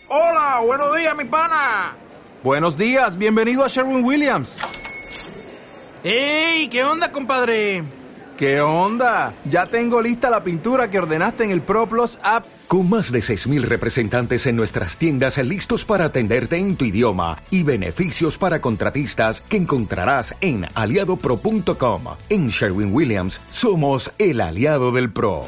Hola, buenos días, mi pana. Buenos días, bienvenido a Sherwin-Williams. ¡Ey! ¿Qué onda, compadre? ¿Qué onda? Ya tengo lista la pintura que ordenaste en el ProPlus app. Con más de 6,000 representantes en nuestras tiendas listos para atenderte en tu idioma y beneficios para contratistas que encontrarás en aliadopro.com. En Sherwin-Williams somos el aliado del pro.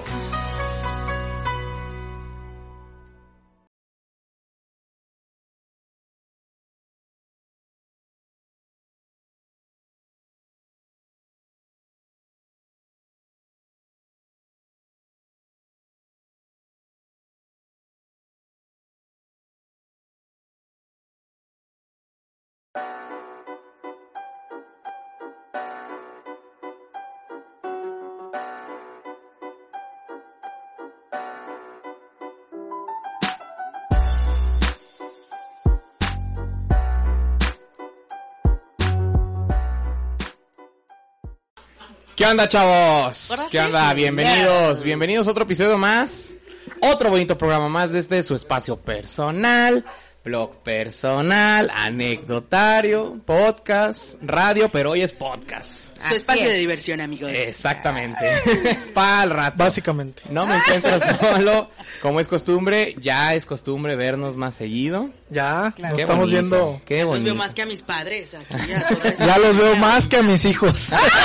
¿Qué onda, chavos? Ahora ¿Qué sí. onda? Bienvenidos a otro episodio más. Otro bonito programa más desde su espacio personal, blog personal, anecdotario, podcast, radio, pero hoy es podcast. Su espacio de diversión, amigos. Exactamente. Pa'l rato. Básicamente. No me encuentro solo. Como es costumbre, ya es costumbre vernos más seguido. Ya, Claro. nos Qué estamos bonito, viendo. Qué Los bonito. veo más que a mis padres aquí. A toda esta Ya los veo familia. más que a mis hijos.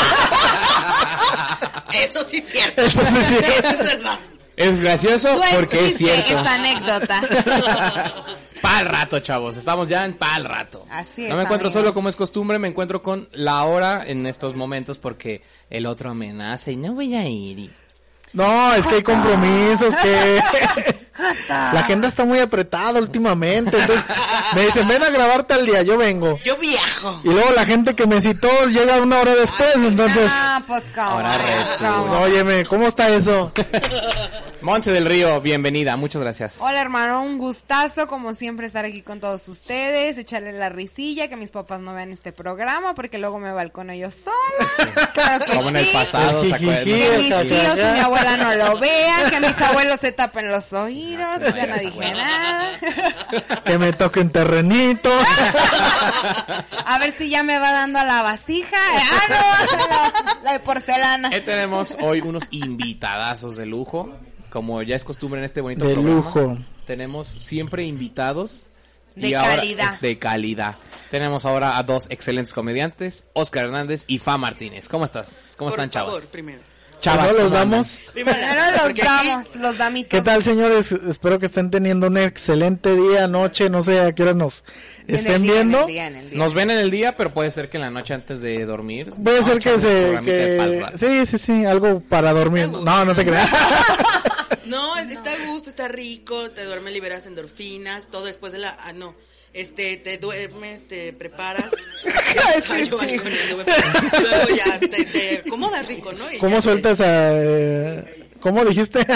Eso sí es cierto. Eso sí es cierto. Eso es verdad. Es gracioso porque es cierto. Esa anécdota. Pa'l rato, chavos. Estamos ya en pa'l rato. Así es, No me encuentro amigos. solo como es costumbre, me encuentro con Laura en estos momentos porque el otro amenaza y no voy a ir. No, es que hay compromisos que... La agenda está muy apretada últimamente. Entonces me dicen, ven a grabarte al día, yo vengo. Yo viajo. Y luego la gente que me citó llega una hora después, entonces... Ah, pues cómo. Ahora resulta. Pues, óyeme, ¿cómo está eso? Monse del Río, bienvenida, muchas gracias. Hola, hermano, un gustazo como siempre estar aquí con todos ustedes, echarle la risilla, que mis papás no vean este programa porque luego me balcono yo sola. Claro que Como en el sí. pasado, ¿te acuerdas? Jijiji, Que mis acá, tíos acá. y mi abuela no lo vean, que mis abuelos se tapen los oídos, yo no dije nada. Que me toque un terrenito. A ver si ya me va dando a la vasija. Ah, no, la de porcelana. Tenemos hoy unos invitadazos de lujo, como ya es costumbre en este bonito De programa. lujo. Tenemos siempre invitados. De y ahora calidad. es de calidad. Tenemos ahora a dos excelentes comediantes, Oscar Hernández y Fa Martínez. ¿Cómo estás? ¿Cómo están, Por favor, chavas? primero. Chavas, Primero los ¿cómo andan? damos. Primero, Primero porque aquí- los damitos. ¿Qué tal, señores? Espero que estén teniendo un excelente día, noche, no sé a qué hora nos estén viendo. En el día. Nos ven en el día, pero puede ser que en la noche antes de dormir. Puede ser que echamos un se... programita de pa'l Que... rato. Sí, algo para dormir. No, no se crea. No, está a gusto, está rico, te duermes, liberas endorfinas, todo después de la... Ah, no. Te duermes, te preparas. Sí, Yo sí. corriendo, luego ya te acomodas rico, ¿no? Y ¿Cómo ya sueltas a... ¿Cómo dijiste?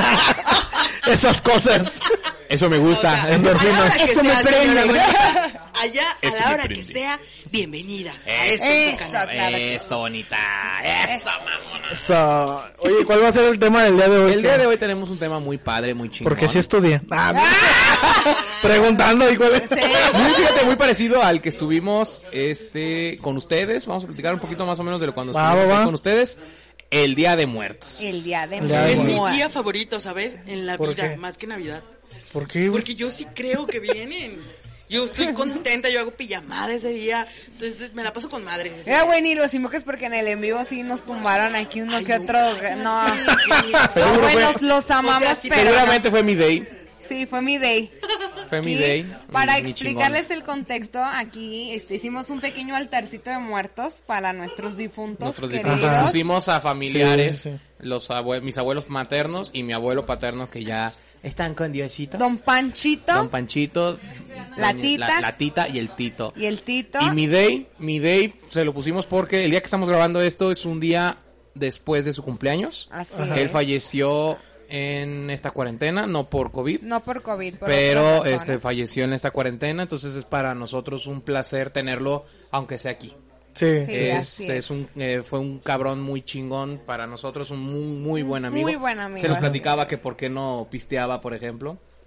Esas cosas. Eso me gusta. O sea, endorfinas. a la hora que Eso me sea, prende. señora bonita, allá, Eso a la me hora que prende. sea, bienvenida. A Eso, este eso, canal. claro que Eso, bonita. Eso, mamona. Eso. Oye, ¿cuál va a ser el tema del día de hoy? El día de hoy tenemos un tema muy padre, muy chingón. Porque sí estudié. Preguntando, ¿y cuál es? Fíjate, muy parecido al que estuvimos con ustedes. Vamos a platicar un poquito más o menos de lo cuando Va, estuvimos va, ahí va. con ustedes. El Día de Muertos. El día de El día de Es mi muertos. día favorito, ¿sabes? En la ¿Por vida, qué? más que Navidad. ¿Por qué, güey? Porque yo sí creo que vienen. Yo estoy contenta, yo hago pijamada ese día. Entonces me la paso con madres. ese Era día. bueno y los es porque en el en vivo sí nos tumbaron aquí uno Ay, que no. otro. No, Seguro no, fue- buenos los amamos, O sea, sí, pero Seguramente fue mi day. no. Sí, fue mi day. Fue mi Y day. para mi explicarles el contexto, aquí hicimos un pequeño altarcito de muertos para nuestros difuntos. Nosotros queridos. pusimos a familiares, Sí, sí. mis abuelos maternos y mi abuelo paterno que ya están con Diosito. Don Panchito Don Panchito, La doña- tita. la tita y el tito. y el Tito. Y mi day se lo pusimos porque el día que estamos grabando esto es un día después de su cumpleaños. Así Él es. falleció en esta cuarentena, no por COVID. No por COVID, por Pero otras razones. falleció en esta cuarentena, entonces es para nosotros un placer tenerlo, aunque sea aquí. Sí. Sí, así es. Fue un cabrón muy chingón para nosotros, un muy buen amigo. Muy buen amigo. Se nos platicaba que por qué no pisteaba, por ejemplo.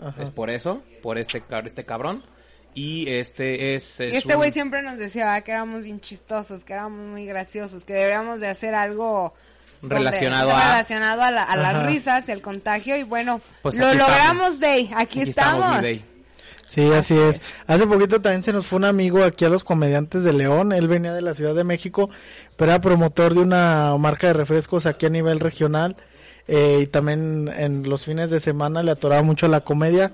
Ajá. Es por eso, por este cabrón. Y este es Y este güey siempre nos decía que éramos bien chistosos, que éramos muy graciosos, que deberíamos de hacer algo relacionado a las Ajá. risas, el contagio, y bueno, Pues lo aquí logramos, Day, aquí estamos. mi Day. Sí, así es. Hace poquito también se nos fue un amigo aquí a los Comediantes de León. Él venía de la Ciudad de México, pero era promotor de una marca de refrescos aquí a nivel regional. Y también en los fines de semana le atoraba mucho la comedia.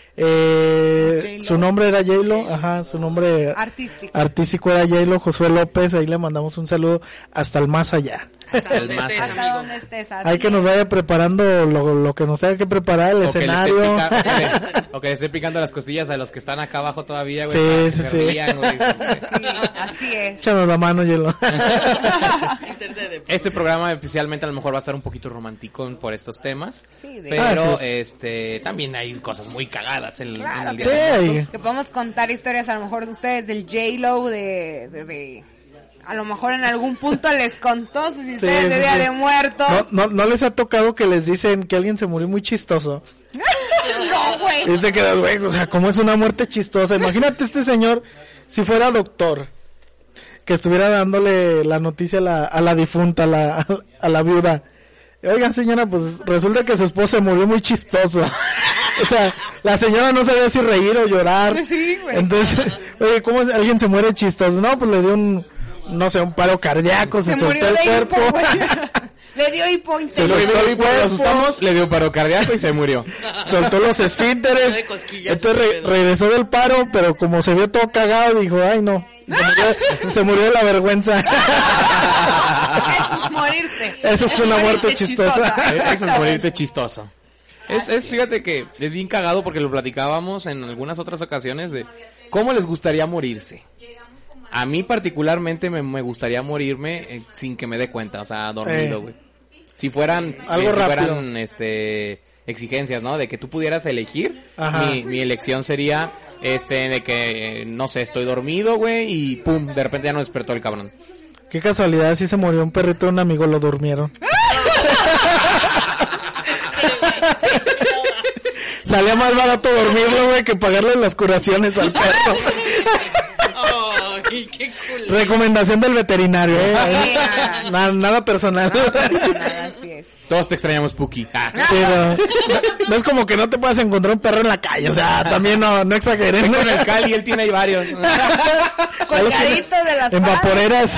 Su nombre era J-Lo, ajá, su nombre artístico era J-Lo, Josué López. Ahí le mandamos un saludo hasta el más allá. Hasta donde estés, Hasta amigo. donde estés, así Hay que nos vaya preparando lo que nos tenga que preparar, el O que le escenario. o que le esté picando las costillas a los que están acá abajo todavía, güey. Sí, para que sí, se sí. rían, güey. Sí, así es. Échanos la mano, J-Lo. Intercede, por Este favor. programa especialmente a lo mejor va a estar un poquito romántico por estos temas. Sí, de- Pero Así también hay cosas muy cagadas en Claro el que día de Sí. muertos. Que podemos contar historias a lo mejor de ustedes del J-Lo, de a lo mejor en algún punto les contó sus historias de sí, Día sí. de Muertos. No les ha tocado que les dicen que alguien se murió muy chistoso. No, güey. Y te quedas, güey, o sea, como es una muerte chistosa. Imagínate este señor, si fuera doctor, que estuviera dándole la noticia a la difunta, a la viuda. Oiga, señora, pues resulta que su esposo se murió muy chistoso. O sea, la señora no sabía si reír o llorar. Sí, güey. Entonces, oye, ¿cómo alguien se muere chistoso? No, pues le dio un paro cardíaco, se Se soltó murió el de cuerpo. hipo, güey. Le dio hipo Se intenso. soltó el Lo cuerpo. asustamos, le dio paro cardíaco y se murió. Soltó los esfínteres. De cosquillas, Entonces ese pedo. regresó del paro, pero como se vio todo cagado, dijo, ay no. Se murió de la vergüenza. Eso es morirte. Eso es una muerte chistosa. Eso es morirte chistoso. Fíjate que es bien cagado porque lo platicábamos en algunas otras ocasiones de cómo les gustaría morirse. A mí particularmente me gustaría morirme sin que me dé cuenta, o sea, dormido, güey. Si fueran Algo si rápido. fueran exigencias, ¿no? De que tú pudieras elegir, Ajá. mi elección sería de que no sé, estoy dormido, güey, y pum, de repente ya no despertó el cabrón. Qué casualidad, si se murió un perrito de un amigo, lo durmieron. Salía más barato dormirlo, güey, que pagarle las curaciones al perro. Ay, qué cool. Recomendación del veterinario, nada personal. Así es. Todos te extrañamos, Puki. Sí, no es como que no te puedas encontrar un perro en la calle, o sea, también no exageremos. Tengo en el Cali, él tiene ahí varios. Colgadito de las En patas. vaporeras.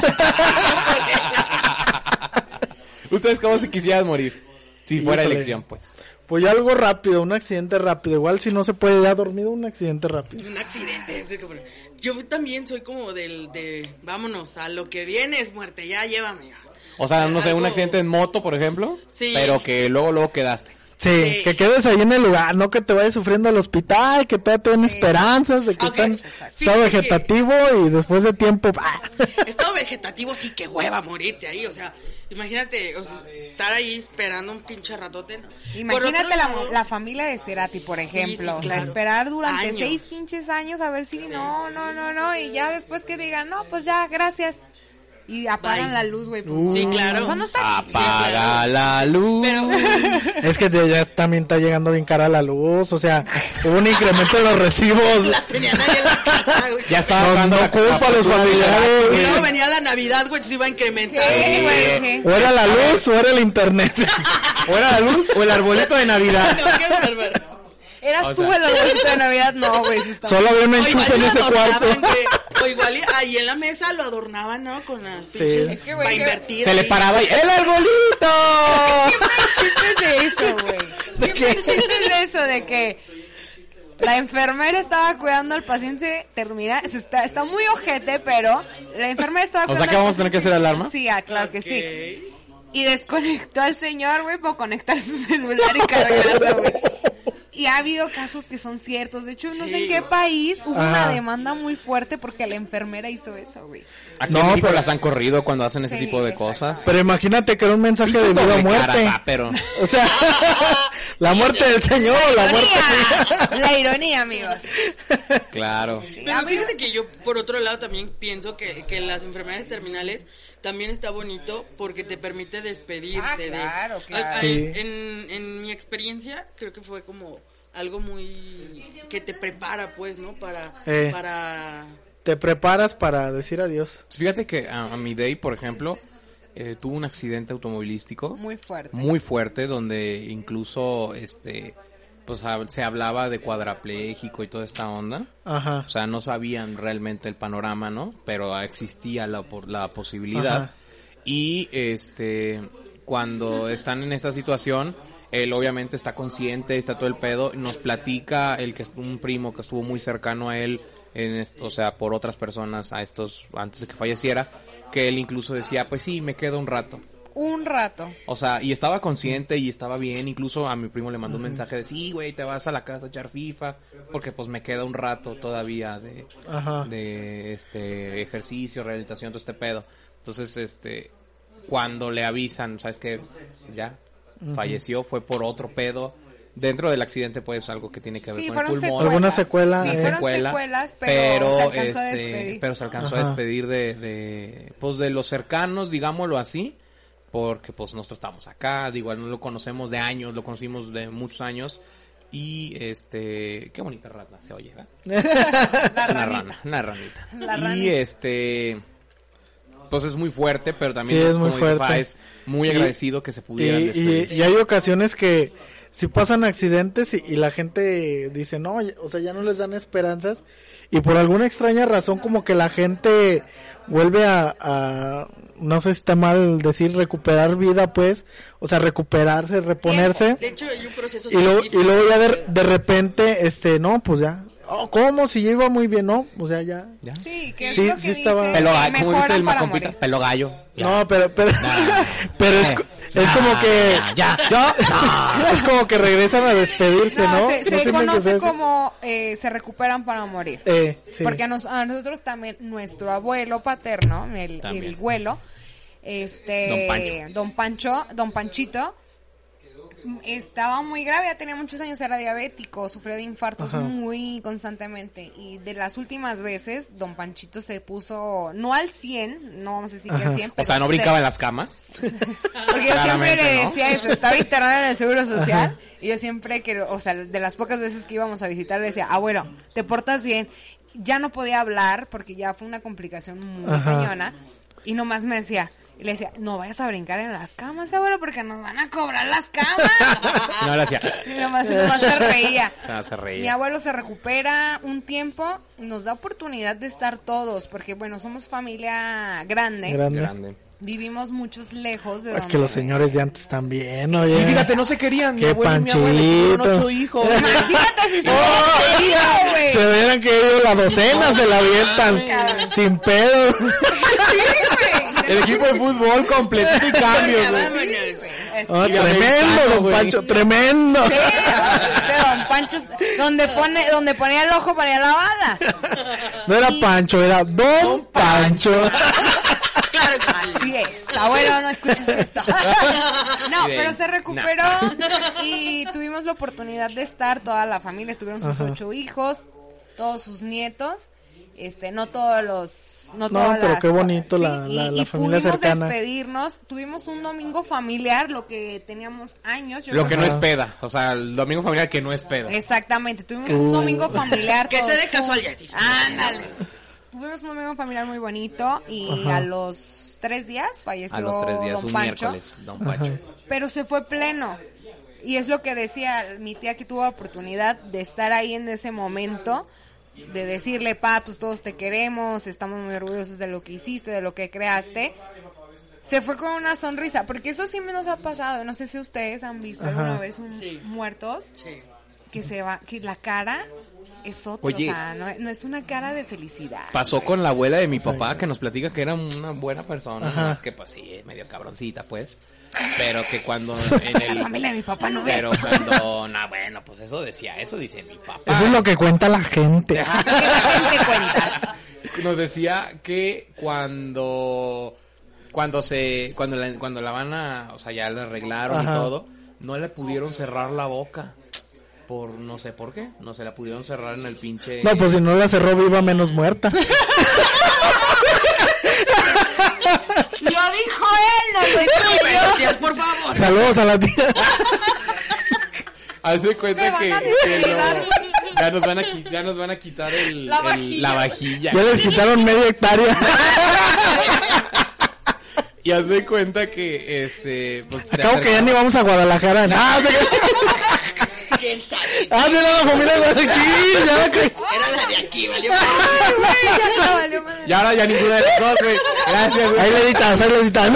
¿Ustedes cómo se quisieran morir? Si fuera Híjole. elección, pues. Pues ya algo rápido, un accidente rápido. Igual si no se puede ya dormido, un accidente rápido. Un accidente. Así como- Yo también soy como vámonos, a lo que viene es muerte, ya llévame. O sea, no sé, un Algo- accidente en moto, por ejemplo. Sí. Pero que luego quedaste. Sí, Sí. que quedes ahí en el lugar, no que te vayas sufriendo al hospital, que todavía tienen esperanzas de que Ok, están exacto. estado Fíjate que- vegetativo y después de tiempo... Estado vegetativo sí que hueva morirte ahí, o sea, imagínate, o sea, estar ahí esperando un pinche ratote. ¿no? Por Imagínate otro lado, la familia de Cerati, por ejemplo. sí, O sea, claro. esperar durante Años. 6 pinches años a ver si no. Y ya después que digan, no, pues ya, gracias. Y apagan Bye. la luz, güey. Sí, claro. Eso no está chido. Apaga claro. la luz. Pero Es que ya también está llegando bien cara la luz, o sea, hubo un incremento de los recibos. la tenían ahí en la casa, güey. Ya está No, pagando no la culpa a los factura de la- familiares, Y güey. luego venía la Navidad, güey, se iba a incrementar. Sí, güey, sí. O era la luz o era el internet. O era la luz o el arbolito de Navidad. No, qué bárbaro. ¿Eras O tú sea- el arbolito de Navidad? No, güey. Sí está Solo había un O igual enchufe en lo ese cuarto. adornaban, güey. O igual ahí en la mesa lo adornaban, ¿no? Con las pinches Es que, güey, para que- invertir. Se le ahí. paraba y ¡el arbolito! Siempre hay chistes de eso, güey. Siempre hay chistes de eso, de que la enfermera estaba cuidando al paciente, está muy ojete, pero la enfermera estaba O sea cuidando que al vamos a tener que hacer paciente. alarma. Sí, claro que sí. Y desconectó al señor, güey, para conectar su celular y cargarlo, güey. Y ha habido casos que son ciertos. De hecho, no sé en qué país hubo una demanda muy fuerte porque la enfermera hizo eso, güey. Aquí No, en México pero- las han corrido cuando hacen ese Sí, tipo de exacto. cosas. Pero imagínate que era un mensaje de vida o Doble muerte. cara, pero O sea, la muerte del Señor o la muerte La ironía, amigos. claro. Pero fíjate que yo, por otro lado, también pienso que las enfermedades terminales también está bonito porque te permite despedirte. Ah, claro, de... claro. Sí. En mi experiencia, creo que fue como algo muy que te prepara, pues, ¿no? Para te preparas para decir adiós. Fíjate que a mi Day, por ejemplo, tuvo un accidente automovilístico muy fuerte, donde incluso pues se hablaba de cuadrapléjico y toda esta onda. Ajá. O sea, no sabían realmente el panorama, ¿no? Pero existía la posibilidad. Ajá. Y cuando están en esta situación, él obviamente está consciente, está todo el pedo, nos platica un primo que estuvo muy cercano a él, o sea, por otras personas antes de que falleciera, que él incluso decía, pues sí, me quedo un rato. O sea, y estaba consciente y estaba bien. Incluso a mi primo le mandó un mensaje de, sí, güey, te vas a la casa a echar FIFA, porque pues me queda un rato todavía de ejercicio, rehabilitación, todo este pedo. Entonces, cuando le avisan, ¿sabes qué? Ya, falleció, fue por otro pedo. Dentro del accidente, pues, algo que tiene que ver con el pulmón. Alguna secuela. Sí, fueron secuelas, pero se alcanzó a despedir. Pero se alcanzó a despedir pues, de los cercanos, digámoslo así. Porque pues nosotros estamos acá, igual no lo conocemos de años, lo conocimos de muchos años. Y qué bonita rana se oye, ¿verdad? Una ranita. Y pues es muy fuerte, pero también sí, es muy como fuerte. es muy agradecido que se pudieran despedir. Y hay ocasiones que si pasan accidentes y la gente dice, no, o sea, ya no les dan esperanzas. Y por alguna extraña razón como que la gente vuelve a no sé si está mal decir recuperar vida, pues, o sea, recuperarse, reponerse. De hecho, hay un proceso y luego ya de repente, no, pues ya. Oh, ¿cómo? Si yo iba muy bien, ¿no? O sea, ya. Sí, que sí, es lo que estaba... dice, Pelo gallo, como dice el para macompita, morir. pelo gallo. Ya. No, pero es como que... Es como que regresan a despedirse, ¿no? Se conoce como se recuperan para morir. Sí. Porque a nosotros también, nuestro abuelo paterno, el abuelo, Don Panchito, estaba muy grave, ya tenía muchos años, era diabético, sufrió de infartos muy constantemente. Y de las últimas veces, Don Panchito se puso, no al 100, no vamos a decir que al 100. O sea, ¿no brincaba en las camas? Porque yo siempre le decía eso, estaba internado en el Seguro Social. Y yo siempre, o sea, de las pocas veces que íbamos a visitar, le decía, abuelo, te portas bien. Ya no podía hablar porque ya fue una complicación muy cañona. Y nomás me decía... Y le decía, no vayas a brincar en las camas, abuelo, porque nos van a cobrar las camas. No, le hacía. Y nomás se reía. Se reía. Mi abuelo se recupera un tiempo, nos da oportunidad de estar todos, porque bueno, somos familia grande. Vivimos muchos lejos de donde... Es que los señores de antes también, ¿no? Sí, fíjate, no se querían. Qué Mi abuelo y mi abuela tuvieron 8 hijos. Imagínate si se querían, güey. Se hubieran querido la docena, se la avientan sin pedo. Sí, güey. El equipo de fútbol completito y cambios, güey. Tremendo, Don Pancho, tremendo. Sí, Don Pancho, donde ponía el ojo ponía la bala. No era Pancho, era Don Pancho. Claro que sí. Así es, abuelo, no escuches esto. No, pero se recuperó y tuvimos la oportunidad de estar toda la familia, estuvieron sus 8 hijos, todos sus nietos. No todos pero qué bonito la familia cercana. Pudimos despedirnos, tuvimos un domingo familiar, lo que teníamos años. Lo que no es peda, o sea, el domingo familiar que no es peda. Exactamente, tuvimos un domingo familiar. Que sea de casualidad. Ándale. Tuvimos un domingo familiar muy bonito y a los 3 días falleció Don Pancho. Miércoles, Don Pancho. Pero se fue pleno. Y es lo que decía mi tía, que tuvo la oportunidad de estar ahí en ese momento, de decirle, pues todos te queremos, estamos muy orgullosos de lo que hiciste, de lo que creaste. Se fue con una sonrisa, porque eso sí me nos ha pasado. No sé si ustedes han visto alguna vez muertos, que la cara es otra. Oye, o sea, no es una cara de felicidad. Pasó con la abuela de mi papá, que nos platica que era una buena persona, más que pues sí, medio cabroncita, pues. Pero que cuando la familia de mi papá no pero ves. Cuando bueno, pues eso dice mi papá. Eso es lo que cuenta la gente. La gente cuenta. Nos decía que cuando la van a, o sea, ya le arreglaron y todo, no le pudieron cerrar la boca. Por no sé por qué, no se la pudieron cerrar en el pinche. No, pues si no la cerró viva, menos muerta. Lo dijo él, no lo dijo yo. Tías, por favor. Saludos a la tía. Haz de cuenta Me van que a desheredar. ya nos van a quitar La vajilla. la vajilla. Ya les quitaron media hectárea. Y haz de cuenta que pues se Acabo que ya ni vamos a Guadalajara. ¿Quién sabe? Ah, de la familia de Guadalajara. Ya que... Era la de aquí, valió. Ay, güey, ya no valió madre. Y ahora ya ninguna de las dos, güey. Gracias, güey. Ahí le editas.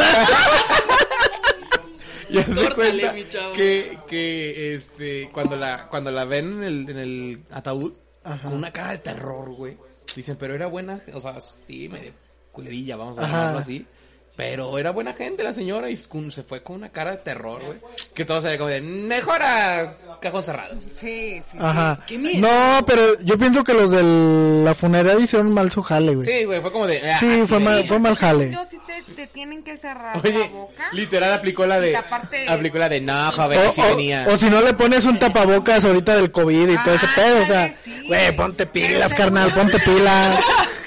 Y haz de Córtale, cuenta mi chavo. que cuando la ven en el ataúd, Ajá. con una cara de terror, güey. Dicen, pero era buena, o sea, sí, medio culerilla, vamos a Ajá. llamarlo así. Pero era buena gente la señora y se fue con una cara de terror, güey. Que todo se ve como de, mejor a cajón cerrado. Sí, sí. Ajá. Qué miedo. No, pero yo pienso que los de la funeraria hicieron mal su jale, güey. Sí, güey, fue como de... Sí, fue mal jale. Yo sí te tienen que cerrar la Oye, boca. literal aplicó la de... Y taparte- Aplicó la de, no, joven, así venía. O si no le pones un tapabocas ahorita del COVID y todo ese pedo, o sea, Ándale, sí. güey, ponte pilas, Pero carnal, seguro- ponte pilas.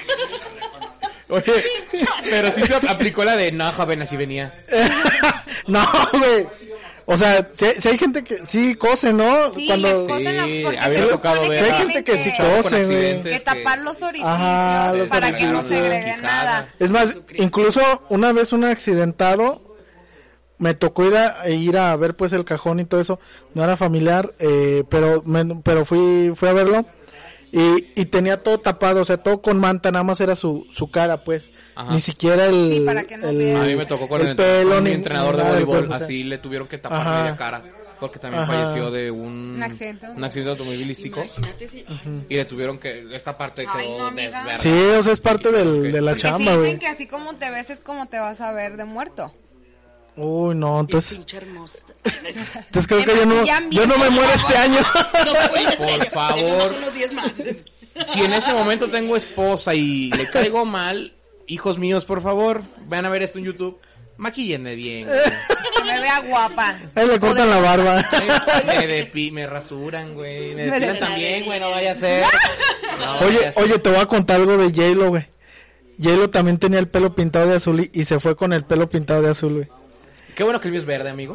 Oye, pero sí se aplicó la de, no, joven, así venía. No, güey. O sea, si hay gente que sí cose, ¿no? Sí, Cuando les cosen la- Sí, porque había se tocado supone ver Sí, hay a gente que sí chavos con cose, güey. accidentes que tapar los orificios Ajá, los para que no orificios. segregue Quijada. nada. Es más, incluso una vez un accidentado me tocó ir a ver pues el cajón y todo eso. No era familiar, pero fui a verlo y tenía todo tapado, o sea, todo con manta, nada más era su cara, pues. Ajá. Ni siquiera el Sí, para que no vean. A mí me tocó con el pelo, mi ni entrenador de nada del voleibol, cuerpo, o sea. así le tuvieron que tapar Ajá. media cara, porque también Ajá. falleció de un accidente automovilístico, Imagínate si... y le tuvieron que, esta parte Ay, quedó no, amiga. desverga. Sí, o sea, es parte de la Porque sí chamba, güey. dicen que así como te ves es como te vas a ver de muerto. Uy, no, entonces Pinche hermosa. creo que yo no me muero este año. Por favor. Unos 10 más. Si en ese momento tengo esposa y le caigo mal, hijos míos, por favor, vayan a ver esto en YouTube. Maquíllenme bien. güey. Que me vea guapa. Ahí le cortan la barba. Me rasuran, güey. Me depilan también, güey, no vaya a ser. No vaya a ser. Oye, te voy a contar algo de J-Lo, güey. J-Lo también tenía el pelo pintado de azul y se fue con el pelo pintado de azul, güey. Qué bueno que el mío es verde, amigo.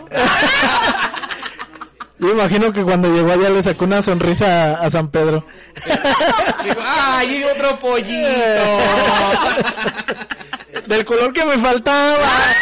Yo imagino que cuando llegó allá le sacó una sonrisa a San Pedro. Digo, ¡ay, otro pollito! Del color que me faltaba.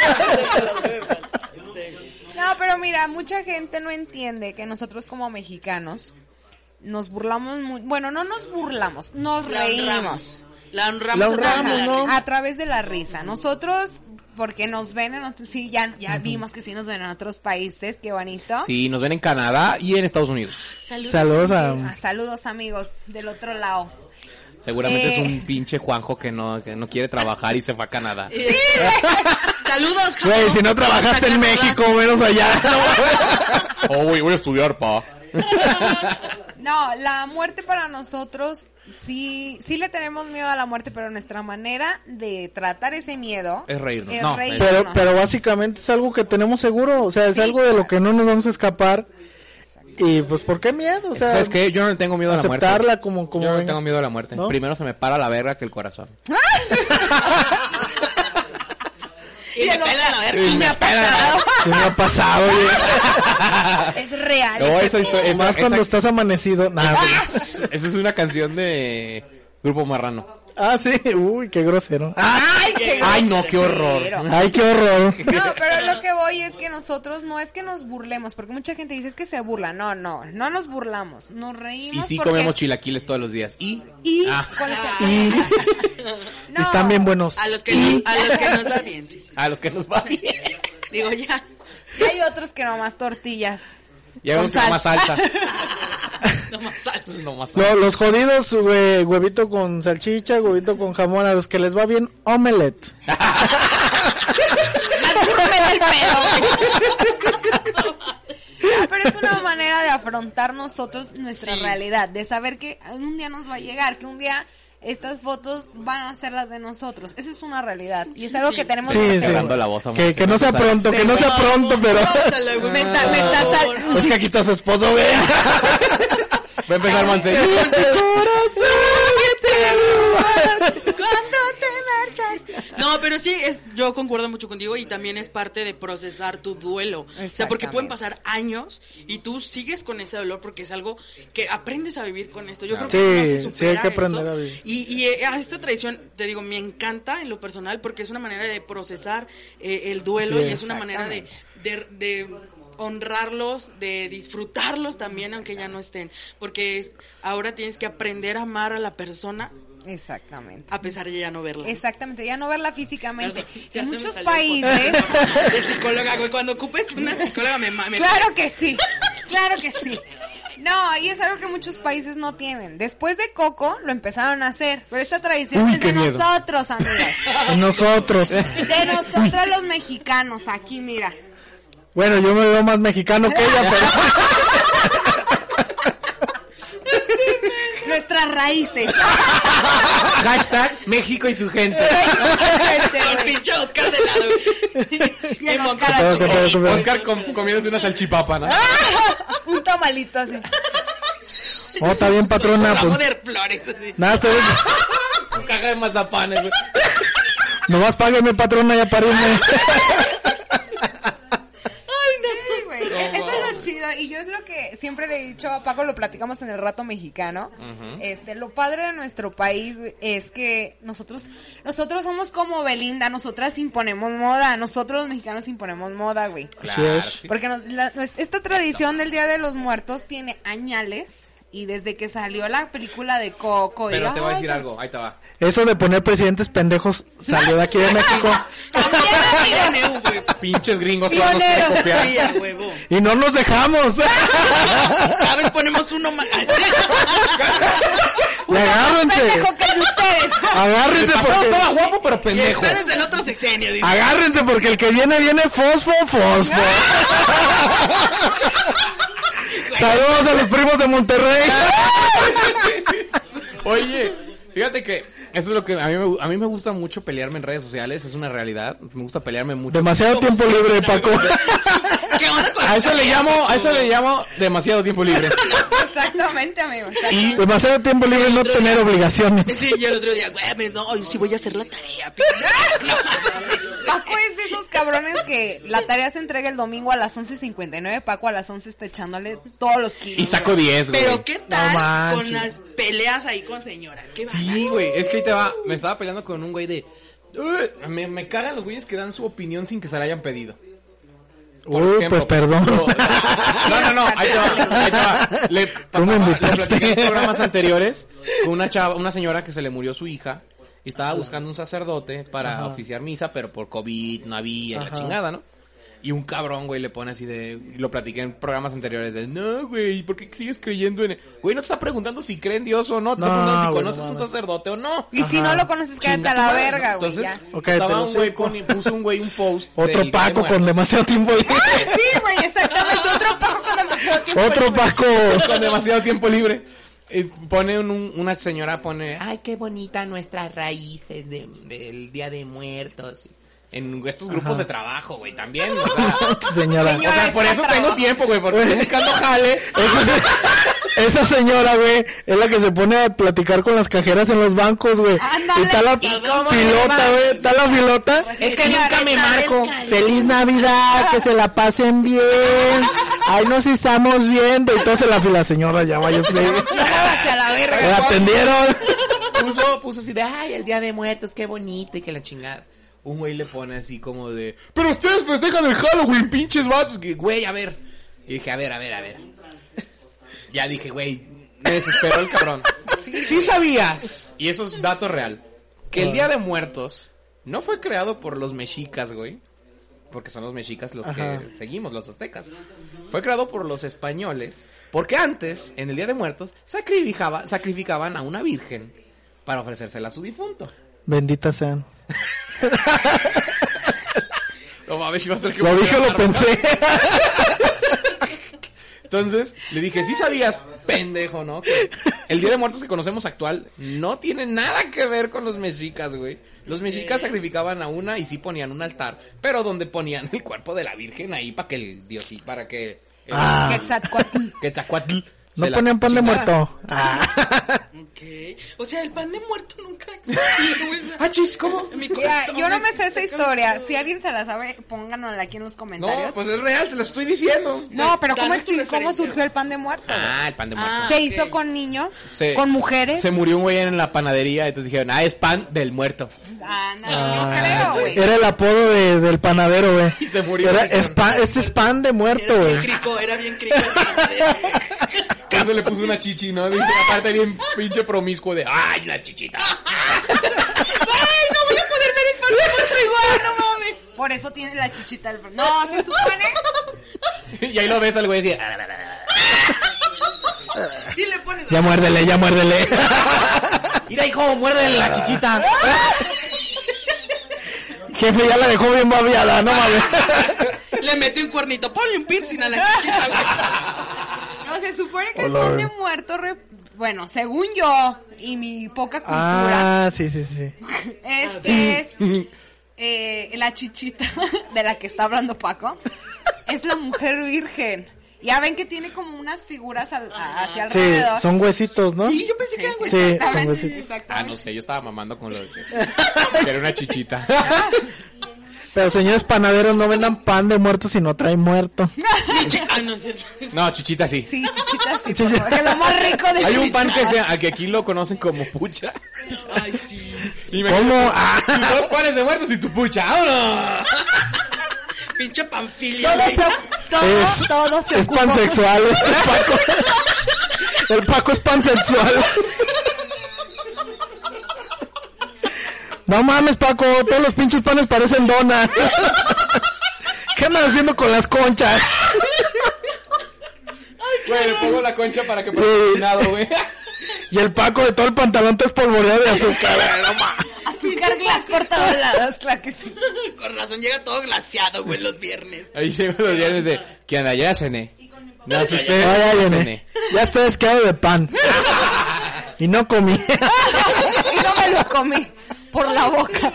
No, pero mira, mucha gente no entiende que nosotros como mexicanos nos burlamos bueno, no nos burlamos, nos reímos. La honramos, La a través honramos, de la ¿no? risa. A través de la risa. Nosotros, porque nos ven en otros, sí, ya vimos que sí nos ven en otros países, qué bonito. Sí, nos ven en Canadá y en Estados Unidos. Saludos a... Ah, saludos amigos del otro lado. Seguramente es un pinche Juanjo que no quiere trabajar y se va a Canadá. Saludos, Güey, si no trabajaste en México, menos allá. Oh, güey, voy a estudiar, pa. No, la muerte para nosotros, sí le tenemos miedo a la muerte, pero nuestra manera de tratar ese miedo Es reírnos. es No, reírnos. Pero básicamente es algo que tenemos seguro. O sea, es Sí, algo de lo que no nos vamos a escapar. Y pues, ¿por qué miedo? O sea, ¿Sabes qué? Yo no le tengo miedo a la muerte. aceptarla como Yo no le venga. tengo miedo a la muerte. ¿No? Primero se me para la verga que el corazón. Y me pela la verga. Y me ha pasado. Sí me ha pasado, oye. Es real. No, eso es Más cuando estás amanecido. Nada, pues. Esa es una canción de Grupo Marrano. Ah, sí. Uy, qué grosero. Ay, qué Ay, no, qué horror. grosero. Ay, qué horror. No, pero lo que voy es que nosotros no es que nos burlemos, porque mucha gente dice es que se burla. No nos burlamos, nos Y reímos. sí porque... comemos chilaquiles todos los días. Y Ah. con ese- Y No. están bien buenos. A los que nos va bien. Sí. A los que nos va bien. Digo, ya. Y hay otros que nomás tortillas. Y hay unos que más salsa. No más salsa. No más salsa. Los jodidos, güey, huevito con salchicha, huevito con jamón, a los que les va bien, omelette. Ah, pero es una manera de afrontar nosotros nuestra Sí. realidad, de saber que un día nos va a llegar, que un día estas fotos van a ser las de nosotros. Esa es una realidad y es algo que tenemos Sí, que sí. Quebrando la voz, amor. Que no sea pronto, que no sea pronto, pero... Me está sal- Es que aquí está su esposo, güey. Va a empezar Mancilla. Cuando te marchas. No, No, pero sí, yo concuerdo mucho contigo y también es parte de procesar tu duelo. O sea, porque pueden pasar años y tú sigues con ese dolor porque es algo que aprendes a vivir con esto. Yo creo que no se supera hay que aprender a vivir. Y a esta tradición, te digo, me encanta en lo personal porque es una manera de procesar el duelo y es una manera de honrarlos, de disfrutarlos también aunque ya no estén, porque ahora tienes que aprender a amar a la persona. Exactamente. A pesar de ya no verla. Exactamente, ya no verla físicamente. Ya en se me muchos salió países. De psicóloga, güey. Cuando ocupes una psicóloga me Claro que sí. Claro que sí. No, y es algo que muchos países no tienen. Después de Coco lo empezaron a hacer, pero esta tradición es de nosotros, amigos. De nosotros. De nosotros los mexicanos, aquí mira. Bueno, yo me veo más mexicano que ella, pero... Nuestras raíces. Hashtag México y su gente. El pinche Oscar de lado. Y el Oscar Oscar comiéndose una salchipapa, ¿no? un tamalito así. Oh, está bien, patrona. Ramo Pues, de flores. Así. nada, está bien. Su caja de mazapanes, güey. Nomás págueme, patrona, ya parirme. Sí, güey. Eso es lo chido. Y yo es lo que siempre le he dicho a Paco, lo platicamos en el Rato Mexicano. Lo padre de nuestro país es que nosotros somos como Belinda, nosotras imponemos moda, nosotros los mexicanos imponemos moda, güey. Claro, Sí. Porque esta tradición del Día de los Muertos tiene añales. Y desde que salió la película de Coco... Pero te voy a decir algo, ahí te va. Eso de poner presidentes pendejos salió de aquí de México. También, güey. Pinches gringos todos nos Pioneros. quieren copiar. Sí, a huevo. Y no nos dejamos. Cada vez ponemos uno más. Y agárrense. pendejo que es de ustedes. Agárrense Pasado porque... estaba guapo, pero pendejo. Espérense el otro sexenio. Dice. Agárrense porque el que viene fosfo. Saludos a los primos de Monterrey. Oye, fíjate que eso es lo que a mí me gusta mucho pelearme en redes sociales, es una realidad. Me gusta pelearme mucho. Demasiado tiempo libre, Paco. ¿Qué onda con A eso le llamo demasiado tiempo libre. Exactamente, amigo. Y demasiado tiempo libre no tener obligaciones. Sí, yo el otro día, güey, no, yo sí voy a hacer la tarea. Paco es de esos cabrones que la tarea se entrega el domingo a las 11:59. Paco a las 11 está echándole todos los kilos. Y saco 10, güey. Pero ¿qué tal No manches. con las peleas ahí con señoras? ¿Qué Sí, güey, es que ahí te va. Me estaba peleando con un güey de... Me cagan los güeyes que dan su opinión sin que se la hayan pedido. Por Uy, ejemplo, pues perdón. No, ahí te va. Le Tú me invitaste. platiqué en programas anteriores con una señora que se le murió su hija y estaba buscando un sacerdote para oficiar misa, pero por COVID no había la chingada, ¿no? Y un cabrón, güey, le pone así de... Y lo platiqué en programas anteriores de... No, güey, ¿por qué sigues creyendo en...? Güey, no te está preguntando si cree en Dios o no. Te está preguntando si güey, conoces no a un mames. sacerdote o no. Y si no lo conoces, quédate Chinga a tu la madre, verga, ¿no? güey. Entonces, Ya. Ok, estaba te lo un güey sé. puso un güey un post... Otro del Día de Paco con Muertos. demasiado tiempo libre. Sí, güey, exactamente. Otro Paco con demasiado tiempo. Otro libre. Paco. Con demasiado tiempo libre. Pone una señora, pone... Ay, qué bonita nuestras raíces del Día de Muertos. En estos grupos de trabajo, güey, también. O sea, Señora. o sea, por eso tengo tiempo, güey, porque estoy buscando jale. Esa señora, güey, es la que se pone a platicar con las cajeras en los bancos, güey. Ándale. Y está la ¿Y cómo pilota, le va? güey. Está la pilota. Es que nunca me marco. Feliz Navidad, que se la pasen bien. Ahí nos estamos viendo. Y entonces la señora ya váyase. Hacia la Me verga. atendieron. Puso así de, ay, el Día de Muertos, qué bonito y que la chingada. Un güey le pone así como de, pero ustedes festejan el Halloween, pinches vatos. Que, güey, a ver. Y dije, a ver. Ya dije, güey, me desesperó el cabrón. Sí sabías, y eso es dato real, que el Día de Muertos no fue creado por los mexicas, güey. Porque son los mexicas los que seguimos, los aztecas. Fue creado por los españoles. Porque antes, en el Día de Muertos, sacrificaban a una virgen para ofrecérsela a su difunto. Benditas sean. No mames, si vas a tener que Lo dije, volver a lo pensé. Entonces, le dije, sí sabías, pendejo, ¿no? Que el Día de Muertos que conocemos actual no tiene nada que ver con los mexicas, güey. Los mexicas sacrificaban a una y sí ponían un altar, pero donde ponían el cuerpo de la virgen ahí para que el dios, para que... Quetzalcóatl. Quetzalcóatl No Se la ponían pan de chingada. muerto. Ok. O sea, el pan de muerto nunca existió, güey. Ah, chis, ¿cómo? En mi Mira, corazón yo no me sé esa nunca- historia. Si alguien se la sabe, pónganosla aquí en los comentarios. No, pues es real, se lo estoy diciendo. No, pero ¿cómo, Danos tu cómo referencia. surgió el pan de muerto? Ah, el pan de muerto. Ah, ¿Se ok. hizo con niños? Se- ¿Con mujeres? Se murió un güey en la panadería, entonces dijeron, es pan del muerto. Ah, no, yo creo, güey. Era el apodo del panadero, güey. Y se murió. Este es pan de muerto, Era bien güey. crico, era bien crico. Por eso le puso una chichi, ¿no? Dice, aparte bien pinche promiscuo de, ¡ay, la chichita! ¡Ay, no voy a poder ver el pan de muerto igual, no mames! Por eso tiene la chichita del... No, se supone... Y ahí lo ves al güey así. Sí le pones... Ya muérdele, ya muérdele. Mira, hijo, muérdele la chichita. Jefe, ya la dejó bien babeada, no mames. Le mete un cuernito, ponle un piercing a la chichita, güey. No, se supone que el Hola. pan de muerto... Bueno, según yo y mi poca cultura, Ah, sí. es que es la chichita de la que está hablando Paco. Es la mujer virgen. Ya ven que tiene como unas figuras hacia Sí, alrededor. son huesitos, ¿no? Sí, yo pensé que eran güey. Sí, son Exactamente, huesitos. exactamente. No sé, yo estaba mamando con lo de que era una chichita. Pero señores panaderos, no vendan pan de muerto si no trae muerto. Ah, no es cierto. No, chichita sí. Sí, chichita, sí, por favor, que es lo más rico de Hay un pan que aquí lo conocen como pucha. Ay, sí. Imagínate, ¿Cómo? Ah. tus dos panes de muertos y tu pucha. ¡Vámonos! Pinche panfilia, Todo güey. todo se Es ocupa. pansexual, este Paco. El Paco es pansexual. No mames, Paco, todos los pinches panes parecen dona. ¿Qué andan haciendo con las conchas? Güey, le pongo la concha para que parezca Sí. cocinado, güey. Y el Paco de todo el pantalón está espolvoreado de azúcar. No mames. Azúcar glass por todos lados, claro que sí. Con razón llega todo glaseado, güey, los viernes. Ahí llego los viernes de, ¿qué anda? Ya cené. No, si usted, Ah, ya ya viene. Ya estoy asqueado de pan. Y no comí. Y no me lo comí por la boca.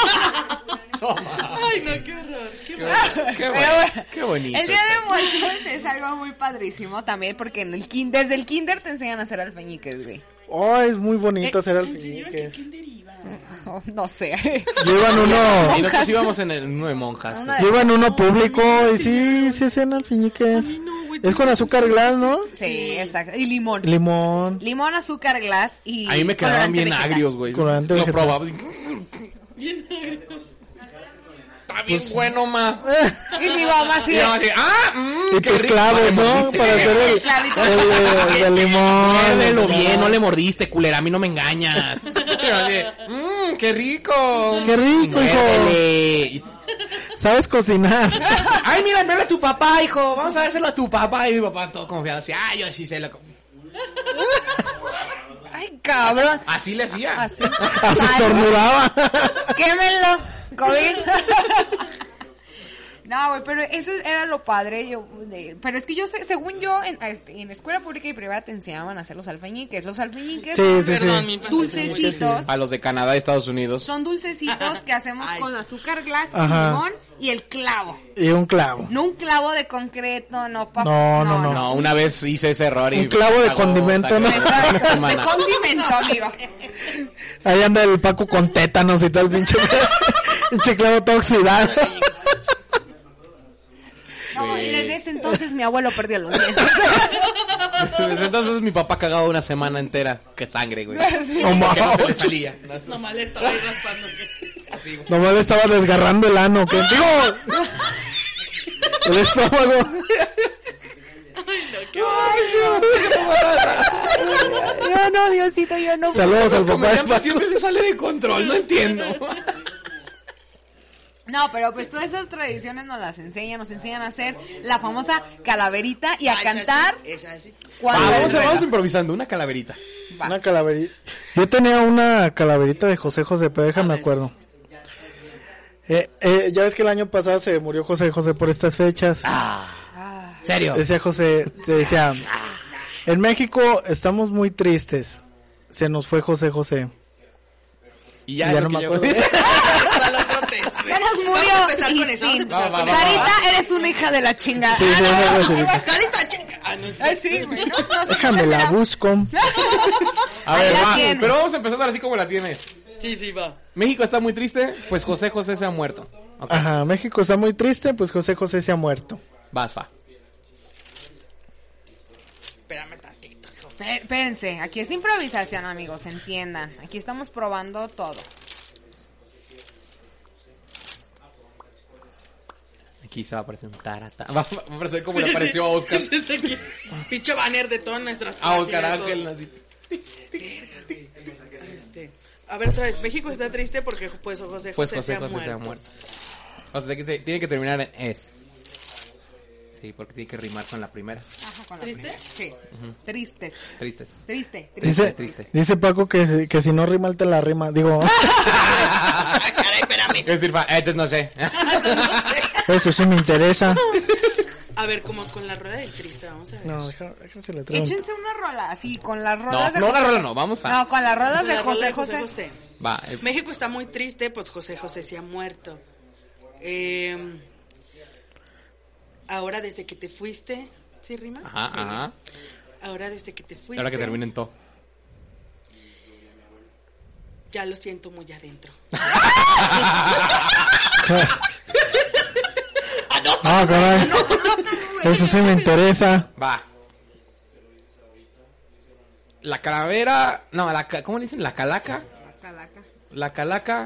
Ay, no, qué horror. Qué horror. Qué, Pero bueno, bueno, qué bonito. El Día de Muertos es algo muy padrísimo también porque en el desde el kinder te enseñan a hacer alfeñiques, güey. Oh, es muy bonito hacer ¿En serio? ¿Qué alfeñiques. deriva? Oh, no sé. Yo iba en uno, Y nosotros íbamos en uno de monjas. Una yo iba en uno público y sí hacían alfeñiques. No, güey. Es con azúcar glass, ¿no? Sí, exacto. Y limón. Limón. Limón, azúcar glass y... A mí me quedaban colorante bien vegetal. agrios, güey. Colorante Lo vegetal. probaba. Está bien bueno, ma. Y mi mamá así Y de... yo así, Y qué tus rico. clavos, Le ¿no? mordiste. Para hacer el Clavito. de limón. Muérdelo bien, no le mordiste, culera, a mí no me engañas. Y yo así, qué rico. Qué rico, hijo. Muérdele. ¿Sabes cocinar? Ay, mira, vele a tu papá, hijo. Vamos a dárselo a tu papá. Y mi papá todo confiado, así, yo sí sé lo que... Ay, cabrón. Así le hacía. Así. Así estornudaba. Quémenlo. COVID. No, güey, pero eso era lo padre. Pero es que yo sé, según yo, en escuela pública y privada te enseñaban a hacer los alfeñiques. Los alfeñiques Sí, son sí, Perdón, sí. mi infancia fue muy dulcecitos. A los de Canadá y Estados Unidos. Son dulcecitos que hacemos Ay, con sí. azúcar glass, y Ajá. limón y el clavo. Y un clavo. No un clavo de concreto, no, papá. No. No, una vez hice ese error y... Un clavo de condimento, ¿no? Una De semana. condimento, amigo. Ahí anda el Paco con tétanos y todo el pinche clavo todo oxidado. No, y desde ese entonces mi abuelo perdió los dientes. Desde entonces mi papá cagaba una semana entera. Que sangre, güey. Sí. No Que no se le mames. salía. Nomás le estaba ahí raspando. Así, güey. Nomás le estaba desgarrando el ano. ¿Qué? Digo, el estómago. Yo no, Diosito, yo no. Saludos al Los papá de comediantes Paco. siempre se sale de control, no entiendo. No, pero pues todas esas tradiciones nos enseñan a hacer la famosa calaverita y a cantar Esa sí. cuando Vamos improvisando una calaverita. Va. Una calaverita. Yo tenía una calaverita de José José, pero déjame acuerdo. Ya ves que el año pasado se murió José José por estas fechas. ¿Serio? Decía José, decía, en México estamos muy tristes. Se nos fue José José. Y Ya es no lo me que yo- acuerdo. Hasta el otro test, güey. Se nos murió. Vamos a empezar y con eso. Vamos a fin. empezar Va, con va, eso. Sarita, eres una hija de la chingada. Sí, sí, sí, sí. Sarita, chica. Ah, Ay, sí, güey. No sé Déjame cómo la será. busco. A ver, Ahí la va. tiene. Pero vamos empezando así como la tienes. Sí, va. México está muy triste, pues José José se ha muerto. Ok. Ajá, México está muy triste, pues José José se ha muerto. Vas, fa. Espérame tantito. Espérense, aquí es improvisación, amigos, entiendan. Aquí estamos probando todo. Aquí se va a aparecer un tarata. Va a aparecer como le apareció a Oscar. Pinche banner de todas nuestras A Oscar páginas, Ángel. todo. Así. A ver, otra vez. México está triste porque pues José Pues José, José se José ha se ha muerto. muerto. O sea, tiene que terminar en es. Sí, porque tiene que rimar con la primera. Ajá, con la ¿Triste? primera. Sí. Tristes. Tristes. Triste. Dice Paco que si no rima, él te la rima. Digo, Caray, espérame. Es decir, fa, entonces no sé. No sé. eso sí me interesa. A ver, como con la rueda del triste, vamos a ver. No, déjase le traigo. Échense una rola, así, con las No, rolas de no, José la rola José. no, vamos a. No, con las rolas Con de la rola José José. Va. México está muy triste, pues José José se ha muerto. Ahora desde que te fuiste, ¿sí rima? Ajá, Sí. ajá. Ahora desde que te fuiste. Ahora que terminen todo. Ya lo siento muy adentro. Ah, caray. Eso sí me interesa. Va. La calavera. No, ¿cómo le dicen? La calaca. Calaca. La calaca.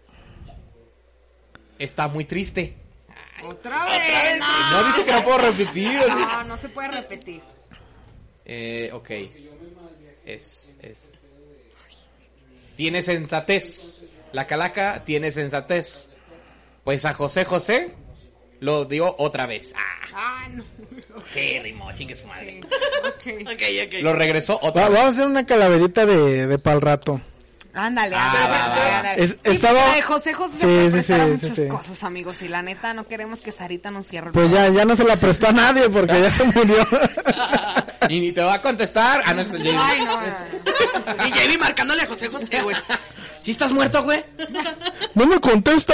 Está muy triste. Otra vez. No dice que no puedo repetir. No, no se puede repetir. Ok. Es. Tiene sensatez. La calaca tiene sensatez. Pues a José José lo dio otra vez. Ah, no. Sí, rimó, chingue su madre. Sí. Ok. Ok. Lo regresó otra Vamos vez. a hacer una calaverita de pa'l rato. Ándale, Ah, ándale, va. ándale. Sí, Pero de José José se sí, puede sí, prestar a sí, muchas sí. cosas, amigos. Y la neta, no queremos que Sarita nos cierre el Pues ya no se la prestó a nadie porque ya se murió. Y ni te va a contestar. Ah, no, es el Jamie. Ay, no. Y Jamie marcándole a José José, güey. ¿Sí estás muerto, güey? No me contestas.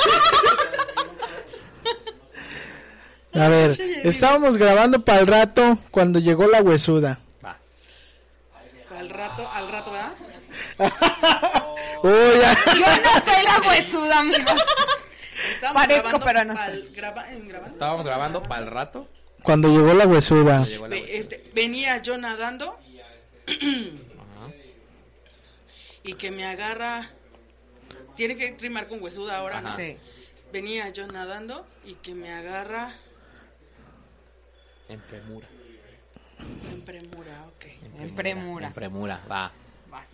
A ver, estábamos grabando para el rato cuando llegó la huesuda. Va. Al rato, ¿verdad? Uy, ya. Yo no soy la huesuda, amigos. Estábamos Parezco, grabando pero no grabando. Estábamos grabando para el rato. Cuando llegó la huesuda. Llegó la Venía yo nadando Ajá. y que me agarra. Tiene que rimar con huesuda ahora, Ajá. ¿no? Sí. Venía yo nadando y que me agarra En premura. en premura, ok. En premura. En premura, va. Vas.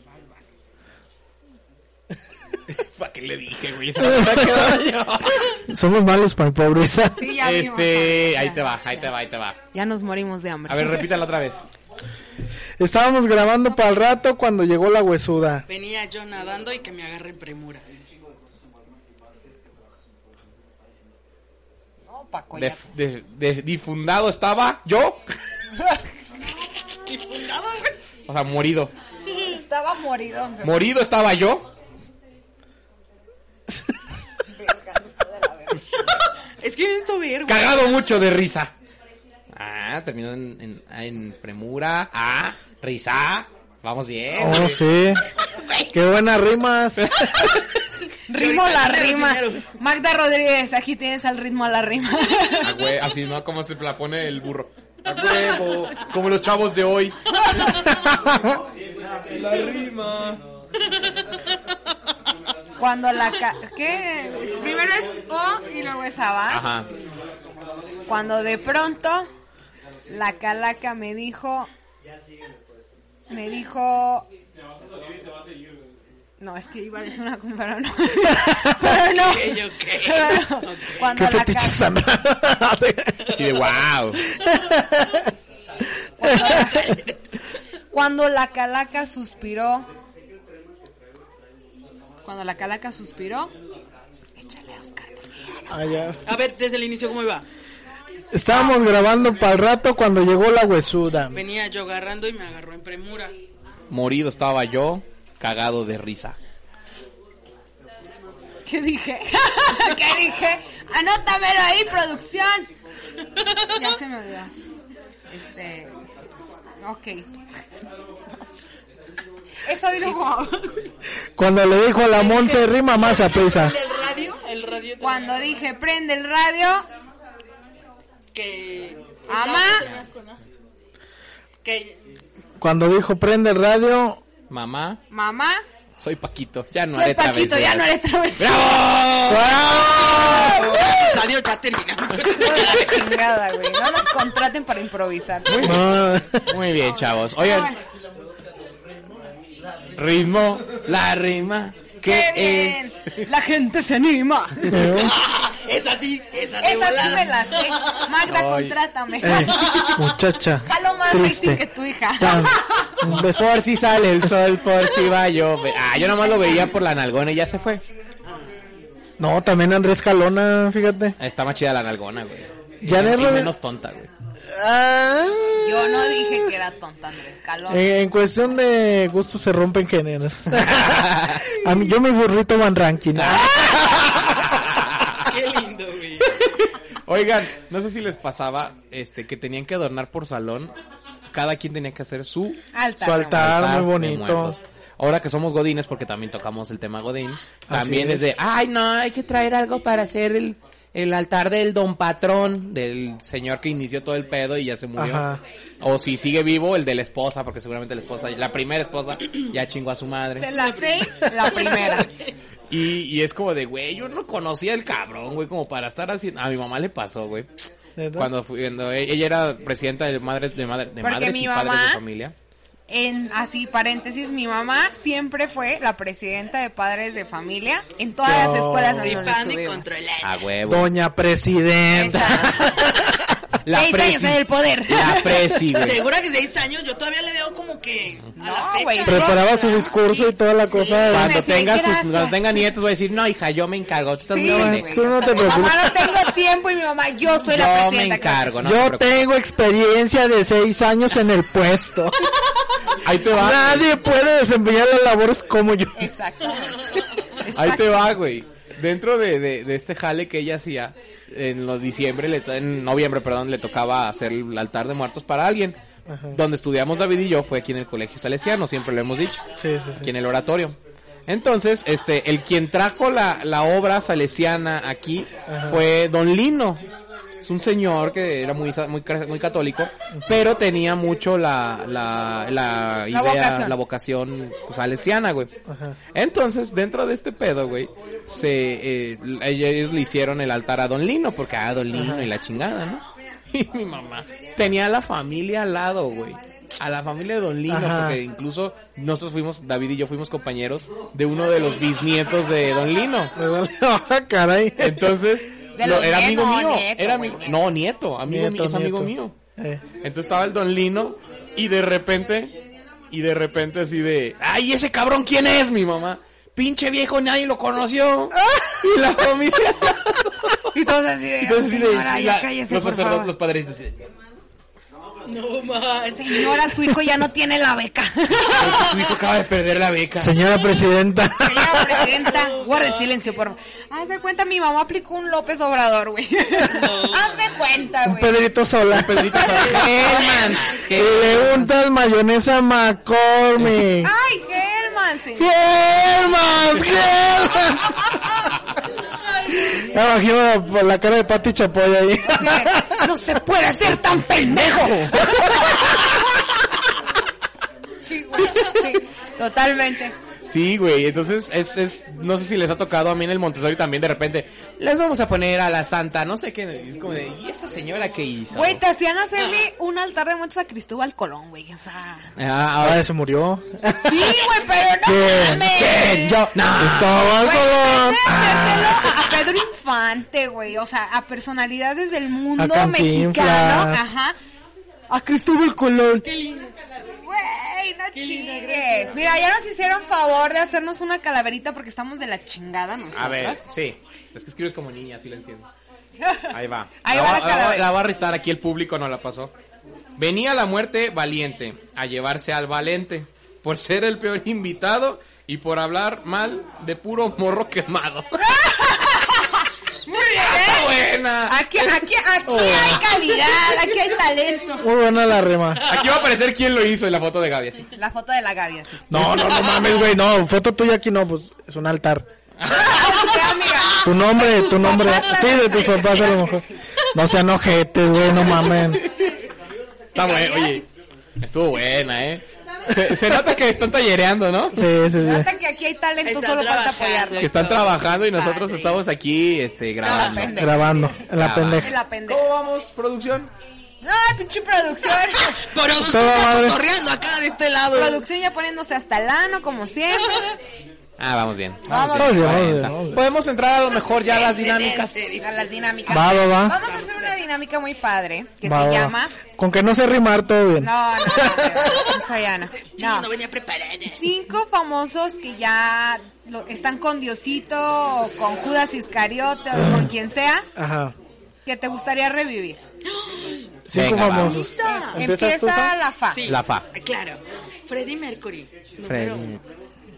¿Para qué le dije, güey? Se me había quedado yo. Somos malos para pobreza. Sí, ya vimos, Ahí ya. te va. Ya nos morimos de hambre. A ver, repítalo otra vez. Estábamos grabando para el rato cuando llegó la huesuda. Venía yo nadando y que me agarra en premura. No, Paco, ya. De difundado estaba yo. Difundado, güey. O sea, morido. Estaba morido. Morido estaba yo. Es que esto ver, güey. Cagado mucho de risa. Terminó en premura. Risa. Vamos bien. Oh, güey. sí. Qué buenas rimas. Ritmo ahorita a la dinero, rima. dinero. Magda Rodríguez, aquí tienes al ritmo a la rima. Así, ¿no? Como se la pone el burro. A huevo. Como los chavos de hoy. La rima. Cuando ¿qué? Primero es O y luego es A, ¿va? Ajá. Cuando de pronto la calaca me dijo... No, es que iba a decir una cosa, pero no. Pero no. Pero no. Cuando Qué fetiches tan raros. Sí, de wow. Cuando la calaca suspiró. Échale, Oscar. Ah, ya. A ver, desde el inicio, ¿cómo iba? Estábamos grabando para el rato cuando llegó la huesuda. Venía yo agarrando y me agarró en premura. Morido estaba yo, cagado de risa. ¿Qué dije? ¿Qué dije? Anótamelo ahí, producción. Ya se me olvidó. Ok. Eso y luego. Cuando le dijo a la Monse, rima más a prisa. El radio. Cuando dije, prende el radio. Que... Ama. Que... Cuando dijo, prende el radio. Mamá, Mamá. soy Paquito, ya no Soy haré Paquito, travesuras. ya no haré travesuras. ¡Bravo! Salió, ya terminamos. Chingada, güey. No nos contraten para improvisar. No. Muy bien, chavos. Oigan, ritmo, la rima, ¡Qué ¿qué bien! es? La gente se anima. Esa sí de Esa sí volada. me la sé. Magda, Ay. contrátame. Muchacha. Jalo más Triste. rating que tu hija. Tan- Un beso. Por si sale el sol, por si va yo. Yo nomás lo veía por la nalgona y ya se fue. No, también Andrés Calona, fíjate. Está más chida la nalgona, güey. Janet Y Rodríguez. menos tonta, güey. Ah. Yo no dije que era tonta Andrés Calón. En cuestión de gustos se rompen géneros. A mí, yo mi burrito Van Ranking. Qué lindo, güey. Oigan, no sé si les pasaba que tenían que adornar por salón. Cada quien tenía que hacer su Alta. Su altar. altar muy de bonito. muertos. Ahora que somos godines, porque también tocamos el tema godín, también Así es de, ay, no, hay que traer algo para hacer el altar del don patrón, del señor que inició todo el pedo y ya se murió. Ajá. O si sigue vivo, el de la esposa, porque seguramente la esposa, la primera esposa, ya chingó a su De madre. las 6, la primera. Y es como de, güey, yo no conocía al cabrón, güey, como para estar haciendo... A mi mamá le pasó, güey. ¿Verdad? Cuando ella era presidenta de madres Porque madres mi y padres mamá- de familia. Así, paréntesis, mi mamá siempre fue la presidenta de padres de familia en todas las escuelas en donde Rifando y estuvimos. controlando. A huevo. Doña Presidenta. La 6 años en el poder. La presi, güey. Segura que 6 años, yo todavía le veo como que a la No, fecha. güey. Preparaba su discurso y toda la cosa. Cuando Me tenga, hacía gracia. cuando tenga nietos voy a decir, no, hija, yo me encargo. Tú estás Sí, muy pendeja. güey. Tú no te Mi mamá preocupes. no tengo tiempo y mi mamá, yo soy la Yo me presidenta. encargo, no te Yo preocupes. tengo experiencia de 6 años en el puesto. Ahí te va. Nadie puede desempeñar las labores como yo. Exactamente. Ahí te va, güey. Dentro de este jale que ella hacía, en noviembre, perdón, le tocaba hacer el altar de muertos para alguien. Ajá. Donde estudiamos David y yo fue aquí en el Colegio Salesiano, siempre lo hemos dicho. Sí, sí, Aquí sí. en el oratorio. Entonces, el quien trajo la obra salesiana aquí Ajá. fue Don Lino. Es un señor que era muy católico, pero tenía mucho la idea, la vocación salesiana, güey. Ajá. Entonces, dentro de este pedo, güey, ellos le hicieron el altar a Don Lino, porque Don Lino y la chingada, ¿no? Y mi mamá tenía a la familia al lado, güey. A la familia de Don Lino, Ajá. porque incluso David y yo fuimos compañeros de uno de los bisnietos de Don Lino. Ah, caray. Entonces, De los era amigo nietos, mío. nieto, Era güey, amigo, nieto. no, nieto, amigo mío, es amigo mío. Entonces estaba el Don Lino y de repente así de, ay, ese cabrón, ¿quién es? Mi mamá, pinche viejo, nadie lo conoció. Y la familia. Y todos así de, Entonces, así de- señora, ya la- cállese, los por sacerdotes, favor. los padres, así, No más. Señora, su hijo ya no tiene la beca. su hijo acaba de perder la beca. Señora Presidenta. Señora presidenta, guarde silencio, por favor. Haz de cuenta, mi mamá aplicó un López Obrador, güey. Haz de cuenta, Un güey. Pedrito Sola. Pedrito Hellmans. Y le untas mayonesa McCormick. Ay, Hellman, sí. ¡Hellmans! ¡Hellmans! Me imagino la cara de Pati Chapoy ahí. No se puede ser tan pendejo. Sí, güey, sí, totalmente. Sí, güey, entonces no sé si les ha tocado a mí en el Montessori también de repente, les vamos a poner a la santa, no sé qué, es como de, ¿y esa señora qué hizo? Güey, te hacían hacerle un altar de muertos a Cristóbal Colón, güey, o sea... Ahora se murió. Sí, güey, pero no ¿Quién? mames. ¿Quién? Yo, no. Cristóbal Güey, Colón. hacérselo a Pedro Infante, güey, o sea, a personalidades del mundo A Cantinflas. mexicano, ajá. A Cristóbal Colón. Qué lindo. Güey, no chingues. Mira, ya nos hicieron favor de hacernos una calaverita porque estamos de la chingada nosotros. A ver, sí, es que escribes como niña, sí lo entiendo. Ahí va. Ahí va la calavera. La va a restar, aquí el público no la pasó. Venía la muerte valiente a llevarse al valente por ser el peor invitado y por hablar mal de puro morro quemado. Muy Está buena. Aquí hay calidad, aquí hay talento. Muy buena la rima. Aquí va a aparecer quién lo hizo en la foto de Gaby, así. La foto de la Gaby, así. No mames, güey, no, foto tuya aquí no, pues es un altar. Amiga. Tu nombre, sí, de tus papás a lo mejor. No sean ojetes, güey, no mamen. Está bueno, oye. Estuvo buena, Se nota que están tallereando, ¿no? Sí. Nota que aquí hay talento, Están solo falta trabajando. apoyarlo. Que están trabajando y nosotros estamos aquí, grabando. Grabando, en la En pendeja. la pendeja. ¿Cómo vamos, producción? Ay, pinche producción. Producción Toda está madre. cotorreando acá de este lado. Producción ya poniéndose hasta el ano, como siempre. Vamos bien. Vamos bien. Podemos entrar a lo mejor ya a las dinámicas. A las dinámicas. Va. Vamos a hacer una dinámica muy padre que Va. se llama... Con que no sé rimar, todo bien. No, soy Ana. No, no venía preparada. 5 famosos que ya están con Diosito o con Judas Iscariote o con quien sea Ajá. que te gustaría revivir. 5 Venga, famosos. ¿Empiezas tú, Empieza Fa? la fa. Sí. La fa. Claro. Freddie Mercury. Freddie. Número 1.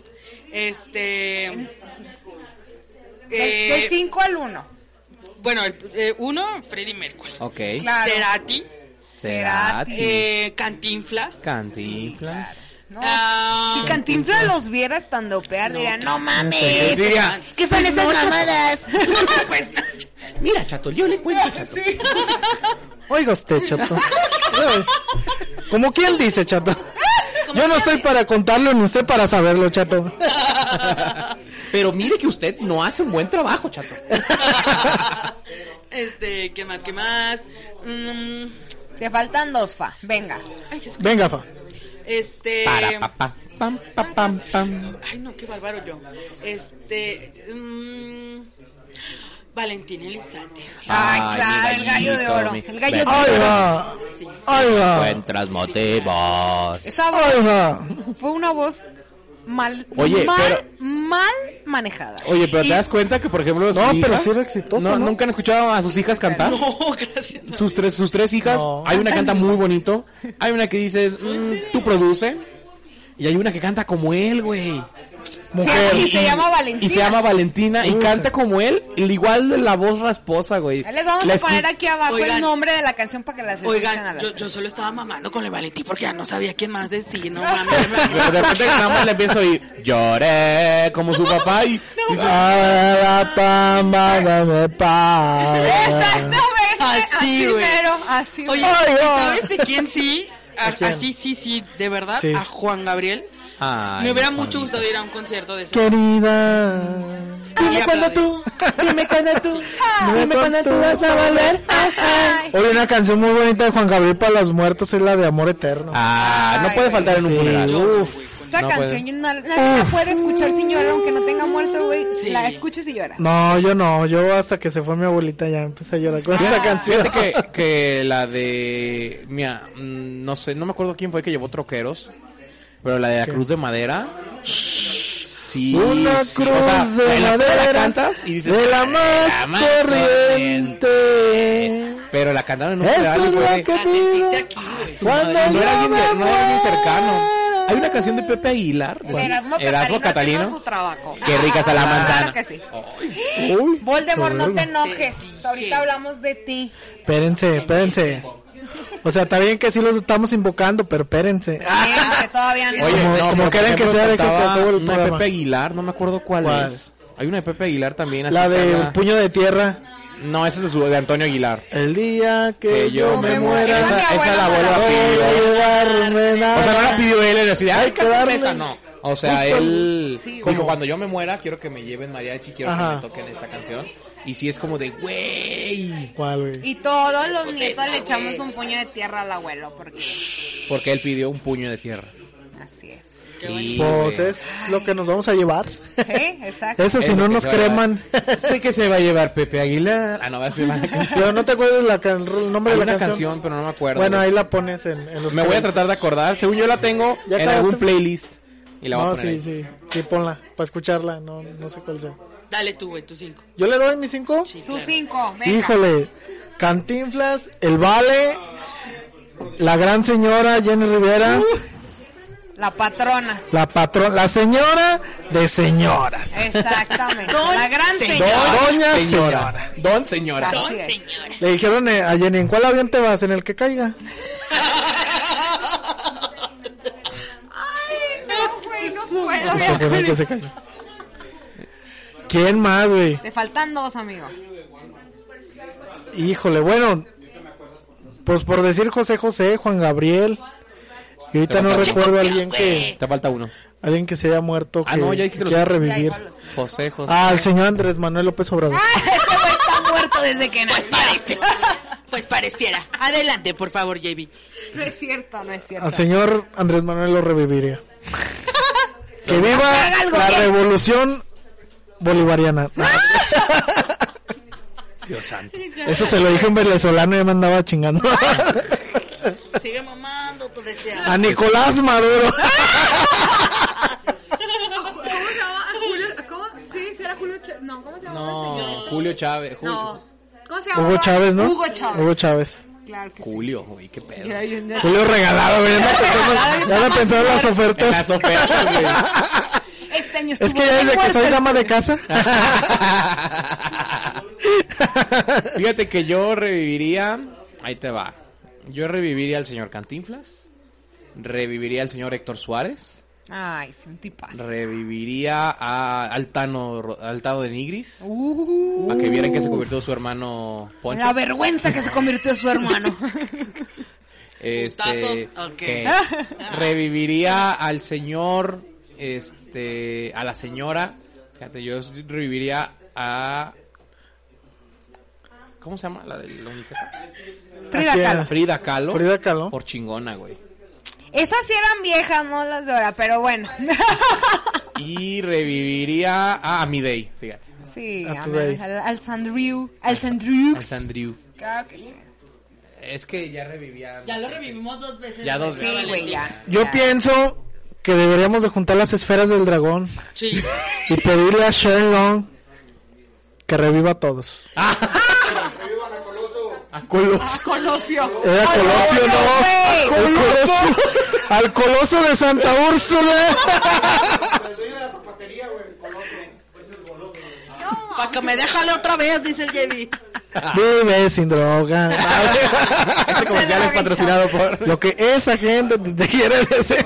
Del 5 al 1. Bueno, el 1, Freddie Mercury. Ok. Claro. Cerati. Cerati. Cantinflas. Cantinflas. No. Ah, Si Cantinflas los viera estandopear, dirían, no mames. Diría, ¿Qué son esas mamadas? pues, mira, Chato, yo le cuento, Chato. Oiga usted, chato. ¿Cómo quién dice, chato? Yo no soy para contarlo ni usted para saberlo, chato. Pero mire que usted no hace un buen trabajo, Chato. ¿qué más? Te faltan 2, fa. Venga. Ay, Jesús. Venga, Fa. Para, pa, pam, pa, pam, pam. Ay, no, qué bárbaro yo. Valentín Elizalde. Ay, Ay, claro, mi el gallo de gallito, oro. mi- El gallo de Ahí oro. va. Sí, sí. Ahí va. Encuentras motivos. Esa voz Ahí va. fue una voz mal manejada. Oye, pero Y- te das cuenta que, por ejemplo, su No, hija- pero sí era exitoso, ¿no? ¿Nunca han escuchado a sus hijas cantar? No, gracias. no. Sus tres hijas, No. hay una que canta muy bonito, hay una que dices, tú produce, y hay una que canta como él, güey. Mujer. Sí, y se llama Valentina. Y se llama Valentina, y canta como él, igual de la voz rasposa, güey. Ahí les vamos La a poner escu- aquí abajo el Oigan. nombre de la canción para que las escuchen a Oigan, las yo solo estaba mamando con el Valentín porque ya no sabía quién más decir, no Pero mames. de repente nada más le empiezo a oír, lloré como su papá, y dice, Exactamente. Así, güey. mero, así Oye, mero. ¿y ¿sabes de quién sí? quién? Así, sí, de verdad, Sí. a Juan Gabriel. ay, Me hubiera Juanito. mucho gustado ir a un concierto de eso. Querida. Dime cuándo tú vas a volver. Oye, una canción muy bonita de Juan Gabriel para los muertos es la de Amor Eterno. Ah, no Ay, puede faltar en un sí. funeral. Uf. Esa No canción nadie la puede escuchar sin llorar, aunque no tenga muerto, güey. Sí. La escuches y lloras. No, yo hasta que se fue mi abuelita ya empecé a llorar con esa canción. Fíjate que la de, mira, no sé, no me acuerdo quién fue que llevó troqueros, pero la de la cruz de madera. Sí, Una sí, cruz o sea, de en la madera cantas y dices, de la "Ah, más más corriente. pero la cantaron en un Esa funeral y es la fue que La sentiste pido. aquí, güey. Cuando no era yo alguien, me no era alguien cercano. muera. Hay una canción de Pepe Aguilar, El Erasmo Catalino, haciendo su trabajo. Qué rica está la manzana. Claro que sí. Uy, Voldemort, no te verga. enojes. Ahorita hablamos de ti. Espérense. O sea, está bien que sí los estamos invocando, pero espérense. Bien, que todavía no. Oye, Como- no, como pero, por quieren que ejemplo, sea, dejen que cantaba acabo el una de programa. Pepe Aguilar, no me acuerdo cuál ¿Cuál? es. Hay una de Pepe Aguilar también. así La que de habla- Puño de Tierra. No, esa es de Antonio Aguilar. El día que yo me Esa muera. mi abuela la abuela me la voy pidió. a llevarme nada. O sea, no la pidió él, él decía, ay, Hay que cántame darle- esta, no. O sea, Justo- él Sí, dijo, güey. cuando yo me muera, quiero que me lleven mariachi, quiero Ajá. que me toquen esta canción. Y sí es como de, güey, ¿Cuál, güey? Y todos los nietos le echamos un puño de tierra al abuelo, porque porque él pidió un puño de tierra. así es. Sí, Pues güey. es lo que nos vamos a llevar. Sí, exacto. Eso Es si lo no que nos se va a creman. Sé que se va a llevar Pepe Aguilar. Ah, no, va a ser la canción. Pero no te acuerdas el nombre Hay de la una canción. canción, pero no me acuerdo. Bueno, güey. ahí la pones en los Me voy a créditos. tratar de acordar. Según yo la tengo ¿Ya en acabaste? algún playlist. Y la voy a No, poner sí, ahí. sí, ponla, para escucharla, no sé cuál sea. Dale tú, güey, tus 5. ¿Yo le doy mis 5? Sí, Sus claro. 5, venga. Híjole, Cantinflas, El Vale, la gran señora Jenny Rivera, La patrona. La señora de señoras. Exactamente. Don La gran señora. señora. Doña señora. Don señora. Así Don es. señora. Le dijeron a Jenny, ¿en cuál avión te vas? En el que caiga. Ay, no, güey, no puedo. Pues se fue en el que se caiga. ¿Quién más, güey? Te faltan dos, amigo. Híjole, bueno, pues por decir José José, Juan Gabriel. Y ahorita no recuerdo a alguien que se haya muerto que no, ya dijiste quiera los- revivir. José. Ah, el señor Andrés Manuel López Obrador. Ah, ese güey está muerto desde que Pues nació. parece. Pues pareciera. Adelante, por favor, JB. No es cierto, no es cierto. Al señor Andrés Manuel lo reviviría. Que viva Haga algo la bien. revolución bolivariana. Dios santo. Eso se lo dije un venezolano y ya me andaba chingando. Sigue mamando, tú decías. A Nicolás Maduro. ¿Cómo se llama? Julio, ¿cómo? Sí, sí era Julio Chávez. No, ¿cómo se llama el señor? No, Julio Chávez. No. ¿Cómo se llama? Hugo Chávez, ¿no? Hugo Chávez. Hugo Chávez. Claro que sí. Julio, güey, qué pedo. Ya, ya. Julio regalado, güey. Ya me pensaba en las En ofertas. las ofertas, güey. Este año Es estuvo que ya bien desde que soy fuerte. dama de casa. Fíjate que yo reviviría... Ahí te va. Yo reviviría al señor Cantinflas. Reviviría al señor Héctor Suárez. Ay, sí, un tipazo. Reviviría al Tano de Nigris. Para que vieran que se convirtió su hermano Poncho. La vergüenza que se convirtió en su hermano. Putazos, ok. que reviviría al señor, a la señora. Fíjate, yo reviviría a... ¿Cómo se llama? La del UNICEF. Frida Aquí, Kahlo. Frida Kahlo. Frida Kahlo. Por chingona, güey. Esas sí eran viejas, no las de ahora, pero bueno. Y reviviría a Amidei, fíjate. Sí, A tu day. al Sandriu. Al Sandriux. Al Sandriu. Claro que sí. Es que ya revivía. Ya lo revivimos 2 veces. Ya 2 Sí, veces. güey, ya. Yo ya. pienso que deberíamos de juntar las esferas del dragón Sí. y pedirle a Shenlong que reviva a todos. A Colosio. Colosio. Era Colosio, no. güey. El Colosio. Al Coloso de Santa Úrsula. Para que me déjale otra vez, dice el JB. Vive sin droga. Este comercial es patrocinado por... Lo que esa gente te quiere decir.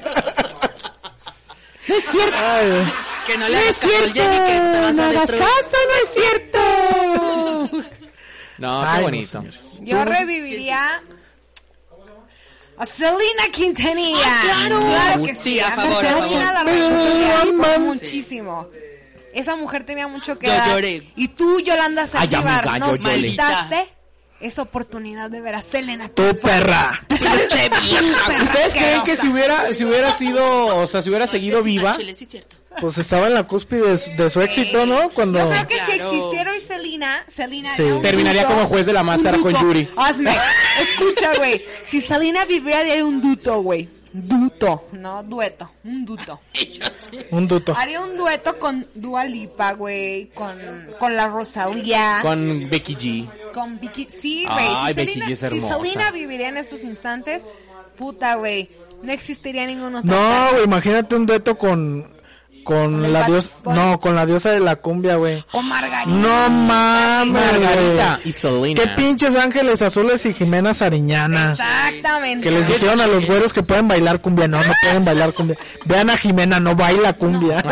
No es cierto. Ay, Que no le hagas caso al JB, que te vas a destruir. no es cierto. No, Ay, qué no, bonito. señores. Yo reviviría a Selena Quintanilla. claro. que Sí, sí. a favor, a Selena favor. la reviviría Sí. muchísimo. Esa mujer tenía mucho que Yo dar. lloré. Y tú, Yolanda Saldívar, amiga, nos yo lloré. quitaste esa oportunidad de ver a Selena. Tu perra. Pinche vieja. ¿Ustedes creen que si hubiera sido, o sea, si hubiera seguido viva? Chile, sí, cierto. Pues estaba en la cúspide de su éxito, ¿no? Cuando... Yo creo que si Claro. existiera hoy Selena Sí. haría un Terminaría duto, como juez de la máscara un con duto. Yuri. Hazme, escucha, güey. Si Selena viviera, haría un duto, güey. Duto, no dueto, un duto. Un duto. Haría un dueto con Dua Lipa, güey, con la Rosalía, Con Becky G. con Vicky. Sí, güey. Ay, Si Becky Selena, G es si hermosa. Selena viviría en estos instantes, puta, güey, no existiría ningún otro. No, güey, imagínate un dueto con el la Bad diosa, Bunny. no, con la diosa de la cumbia, güey. O Margarita. No mames, Margarita güey. y Selena. Qué pinches Ángeles Azules y Jimena Sariñana. Exactamente. Que les dijeron a los güeros que pueden bailar cumbia. No, no pueden bailar cumbia. Vean a Jimena, no baila cumbia.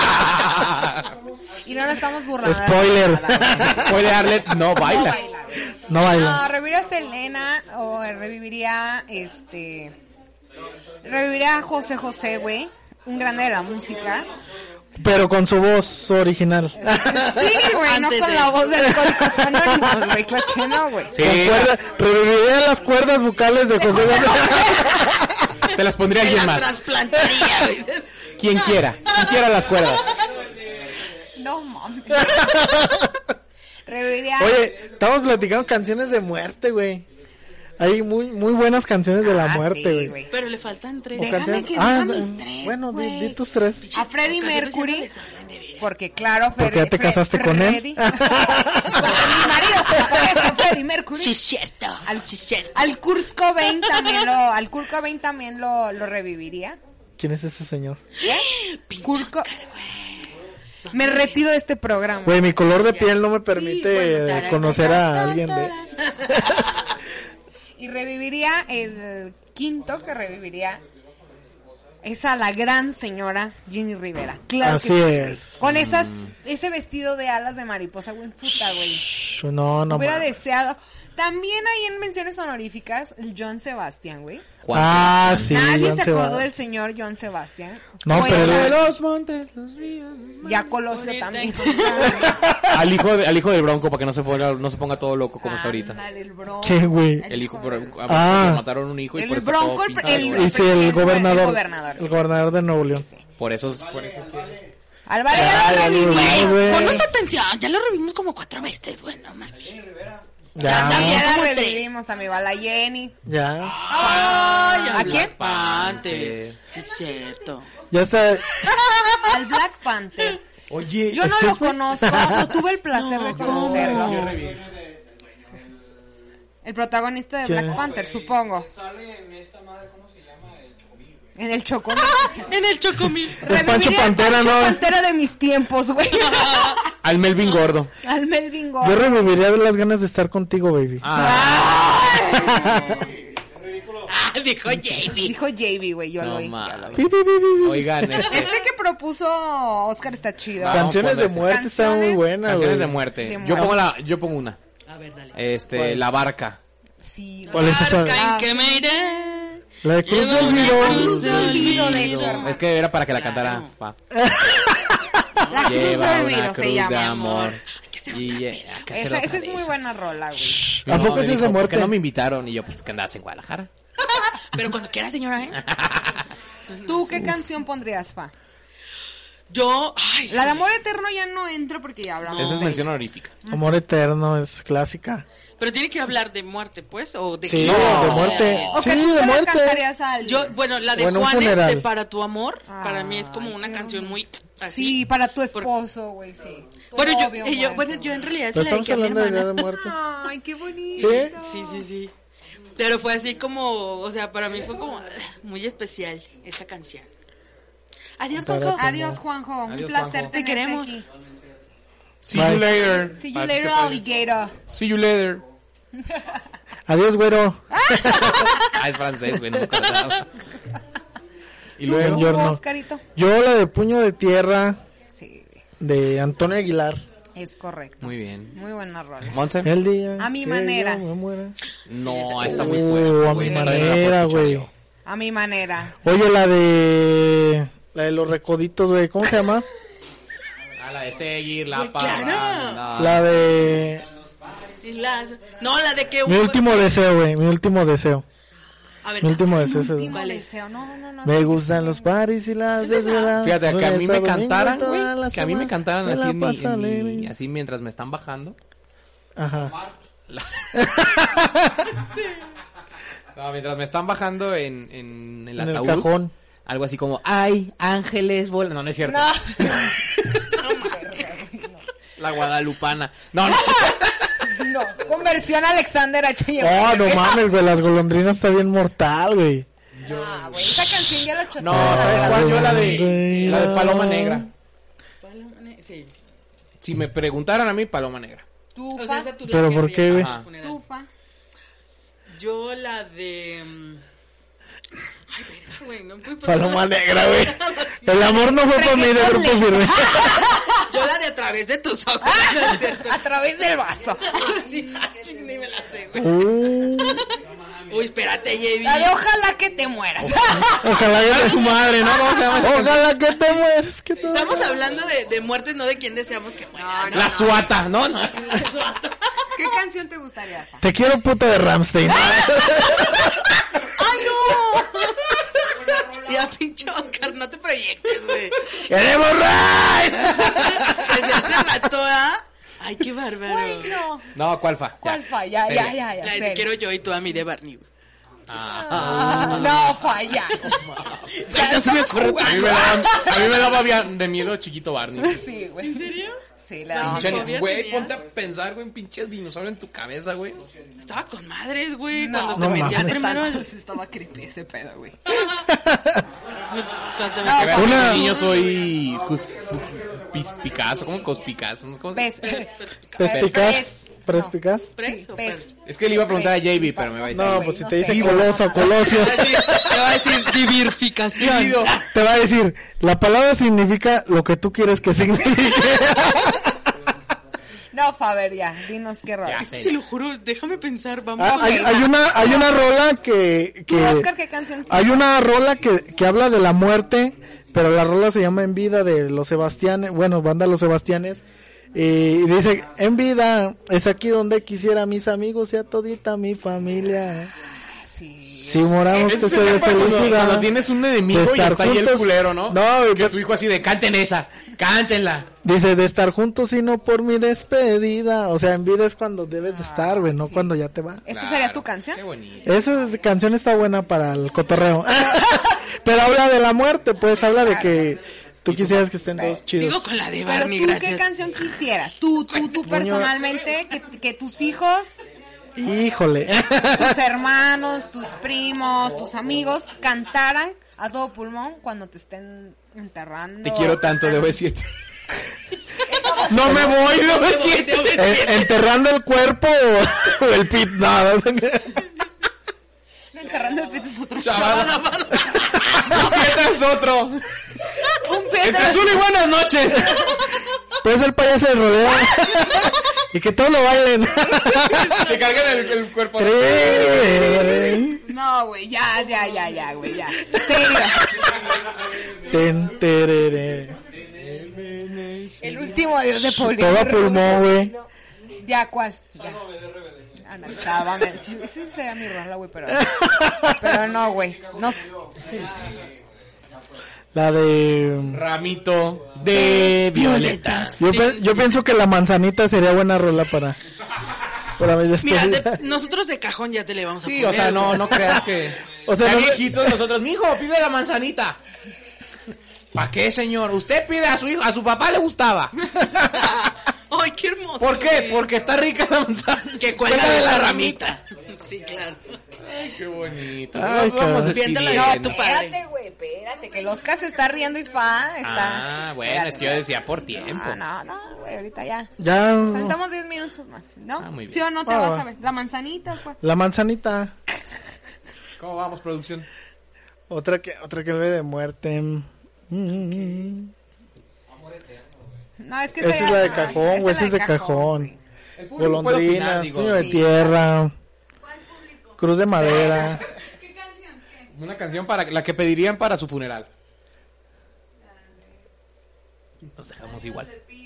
Y no nos estamos burlando. Spoiler. Spoiler alert, no baila. No baila. No, reviviría a Selena o reviviría reviviría a José José, güey, un grande de la música. Pero con su voz original. Sí, güey, no Antes con de- la voz de Alcohólicos Anónimos, güey, claro que no, güey. Sí, Reviviría las cuerdas vocales de José José. se las pondría alguien La más. trasplantaría, güey. Quien quiera las cuerdas. No mames. Reviviría. Oye, estamos platicando canciones de muerte, güey. Hay muy buenas canciones de la Ah, muerte, sí, güey. güey. Pero le faltan 3. Déjame Canciones- que Ah, diga mis tres, bueno, güey. di tus tres. A Freddie Mercury, porque claro, Porque ya te casaste con él. Porque mi marido se parece a Freddie Mercury. Sí, es cierto. Sí, es cierto. Al Kurt Cobain también lo reviviría. ¿Quién es ese señor? Kurko. Me retiro de este programa. Güey, mi color de piel no me permite bueno. conocer a alguien de... Y reviviría el quinto que reviviría es a la gran señora Jenny Rivera. Claro Así que es. sí. Con ese vestido de alas de mariposa, güey, puta, güey. No, Hubiera mames. deseado. También ahí en menciones honoríficas, el Joan Sebastián, güey. Ah, sí. Nadie Joan se acordó Sebastián. del señor Joan Sebastián. No, Fue pero- el- Los montes, los ríos. Ya Colosio también. Al hijo del Bronco, para que no se ponga todo loco como está ahorita. Ándale, el Bronco. ¿Qué, güey? El hijo, Ah. mataron un hijo y El por eso Bronco, está todo el- pintado, Y sí, el gobernador. gobernador. El gobernador de Nuevo León. Por eso Álvaro Ya, ya ya lo lo revivió. vimos, güey. Ponnos atención, ya lo revivimos como 4 veces, güey, no mames. Ya, Ya como la tres. revivimos, amigo. A la Jenny. ya. Ay, ¿A quién? Panther. Sí, es cierto. Ya está. Al Black Panther. Oye, Yo no lo conozco, no tuve el placer de conocerlo. El protagonista de ¿Quién? Black Panther, supongo. En el Chocomil. En el Chocomil. Es Pancho Reviviría al Pantera, Pancho ¿no? Pantera de mis tiempos, güey. Al Melvin Gordo. Al Melvin Yo Gordo. reviviría de las ganas de estar contigo, baby. Dijo Jamie. Dijo JB, güey, yo No lo oí. mames. Pi, pi, pi, pi, pi. Oigan, Este que propuso Oscar está chido. Vamos. Canciones de Canciones muerte está muy buena, canciones güey. de muerte. De Yo muerte. pongo una. A ver, dale. La barca. Sí, ¿Cuál es esa? Barca en que me iré. La de Cruz del Llévame a Olvido. Cruz de olvido, de hecho, hermano. Es que era para que la cantara. Pa. La Cruz Lleva de una Olvido se cruz de llama. amor. Y Esa es muy buena rola, güey. ¿A poco esa es de ¿Por muerte? qué no me invitaron? Y yo, pues, que andabas en Guadalajara. Pero cuando quiera, señora, ¿eh? ¿Tú qué canción pondrías, Fa? Yo, ay. La de Amor Eterno ya no entro porque ya hablamos. Esa es de mención honorífica. Amor Eterno es clásica. Pero tiene que hablar de muerte, pues, o de Sí, qué? de muerte. O que Sí, tú de se la muerte. cantarías a alguien. Yo, bueno, la de O en un Juanes funeral. de Para tu amor, para mí es como una qué canción muy así. Sí, para tu esposo, güey, sí. Tu Bueno, novio yo muerto. en realidad Pero se la estamos dediqué a mi hablando de Día de hermana. Muerte. Ay, qué bonito. ¿Sí? Sí. Pero fue así como, o sea, para mí fue como muy especial esa canción. Adiós, Coco. Adiós, Juanjo. Un Adiós, placer Juanjo. Te tenerte queremos. aquí. See you later. See you later, alligator. See you later. Adiós, güero. Ah, es francés, güey, no me acordaba. Y luego, Buongiorno. Oscarito. Yo la de Puño de Tierra Sí, de Antonio Aguilar. es correcto. muy bien. Muy buena rola. ¿Monse? El día A mi que manera. yo me muera. No, está muy Oh, fuerte. a güey, mi todavía no la puedo manera, escuchar güey. yo. A mi manera. Oye, la de los recoditos, güey. ¿Cómo se llama? Ah, la de seguir la Güey, claro. parranda. La de Y no, la de que Mi último deseo, güey. Mi último deseo. A ver, Mi último deseo. ese es- Último deseo. No. Me gustan los paris y las desveladas. Fíjate, que a mí me Lunes a cantaran, domingo, toda güey. la Que a mí me semana, cantaran me así, la en paso alegre. así mientras me están bajando. Ajá. No, mientras me están bajando en el En el ataúd. cajón. Algo así como, ay, ángeles, bola. No, no es cierto. La guadalupana. No. No. Conversión Alexander H. Oh, no mames, güey. Las golondrinas está bien mortal, güey. Ah, güey. Esa canción ya la choteé. No, ¿sabes cuál? Yo la de Paloma Negra. sí. Si me preguntaran a mí, Paloma Negra. O sea, esa tú la ¿Pero que por habría qué, güey? para el funeral. Tufa. Yo la de... Ay, verga, güey, no puedo... Paloma Negra, güey. El amor no fue para mí de Grupo Firme. Yo la de A través de tus ojos, ¿no es cierto? A través del vaso. Sí, ni me la sé, güey. Uh, Uy, espérate, Javi. La de ojalá que te mueras. Ojalá que De su madre, ¿no? ¿Cómo se llama esa canción? Ojalá que te mueras. Que te Estamos mueras. hablando de muertes, no de quién deseamos que muera. La suata, ¿no? No. ¿Qué canción te gustaría, Fa? Te quiero puta de Rammstein. ¡Ay, no! Ya, pinche Oscar, no te proyectes, güey. ¡Queremos ride! Desde hace rato, ¿ah? Ay, qué bárbaro. Ay, no. No, ¿cuál fa? ¿Cuál fa? Ya, Seria. ya. La de Te serio. quiero yo y tú a mí de Barney, güey. No, falla. Ya se me ocurre. A mí me daba de miedo chiquito Barney. Sí, güey. ¿En serio? Sí, le daba Pinche, miedo. güey, ponte a pensar, güey, un pinche dinosaurio en tu cabeza, güey. Estaba con madres, güey. No, Cuando te metías primero el... estaba creepy ese pedo, güey. Cuando te No, metías Una... Una- De niño soy Picasso, ¿cómo Cospicazo? ¿Cómo se dice? ¿Perspicaz? ¿Perspicaz? ¿Pres o pez. pers? Es que le iba a preguntar a JB, pero me va a decir. No, güey, pues si no te dice sé. coloso, colosio, Te va a decir divirficación. te va a decir, la palabra significa lo que tú quieres que signifique. No, Faber, ya, dinos qué rola. Ya Es que sé. te lo juro, déjame pensar, vamos. Ah, hay una rola que ¿Tú, Oscar, qué canción hay una rola que habla de la muerte, pero la rola se llama En Vida de Los Sebastianes, bueno, banda Los Sebastianes, y dice, en vida es aquí donde quisiera mis amigos y a todita mi familia. Sí. Si moramos que Ese se de es cuando felicidad. tienes un enemigo De y estar está ahí el juntos. culero, ¿no? No, Que tu hijo así de, canten esa, cántenla. dice, de estar juntos y no por mi despedida. O sea, en vida es cuando debes de estar, güey, no cuando ya te va. ¿Esta sería tu canción? Qué bonito. Esa canción está buena para el cotorreo. Pero habla de la muerte, pues, habla de que tú quisieras que estén todos chidos. Sigo con la de Pero Barney, tú, ¿qué gracias. canción quisieras? Tú personalmente, que tus hijos, Híjole. tus hermanos, tus primos, tus amigos cantaran a todo pulmón cuando te estén enterrando. Te quiero tanto de B7. No me voy, no me siento. Enterrando el cuerpo o el pit, nada. Enterrando el pito es otro show. Chaval. Este es otro. Un pito. Entre azul y buenas noches. Puede ser payaso de rodeo. Y que todos lo bailen. Te cargan el cuerpo. No, güey, ya, güey, ya. Serio. Ten, tereré. El último adiós de Paulina. Todo a pulmón, güey. Ya, ¿cuál? Ya. Ándale, sálvame. Sí, ese sería mi rola, güey, pero no, güey. No. La de... Ramito de violetas. Yo pienso que la manzanita sería buena rola para mi Mira, despedida. nosotros de cajón ya te le vamos a Sí, poner. o sea, no creas que... O sea, ya no- viejitos nosotros, mijo, pide la manzanita. ¿Para qué, señor? Usted pide a su hijo, a su papá le gustaba. Ay, qué hermoso. ¿Por qué? güey. Porque está rica la manzana. Que cuelga de la ramita. Sí, claro. Ay, qué bonito. Ay, cabrón. Despiéntela No, de tu padre. espérate, güey, espérate, que el Oscar se está riendo y está... Ah, bueno, Espérate, es que yo decía por tiempo. No, güey, ahorita ya. Ya... Sentamos 10 minutos más, ¿no? Ah, muy bien. ¿Sí o no te Ah, vas va. a ver? La manzanita, pues. La manzanita. ¿Cómo vamos, producción? Otra que ve de muerte. No, es que Esa es la de cajón, güey, esa es de güey. cajón. El público puede Golondrina, opinar, digo. puño de Sí. tierra. Cruz de madera. Una canción para la que pedirían para su funeral. Nos dejamos igual.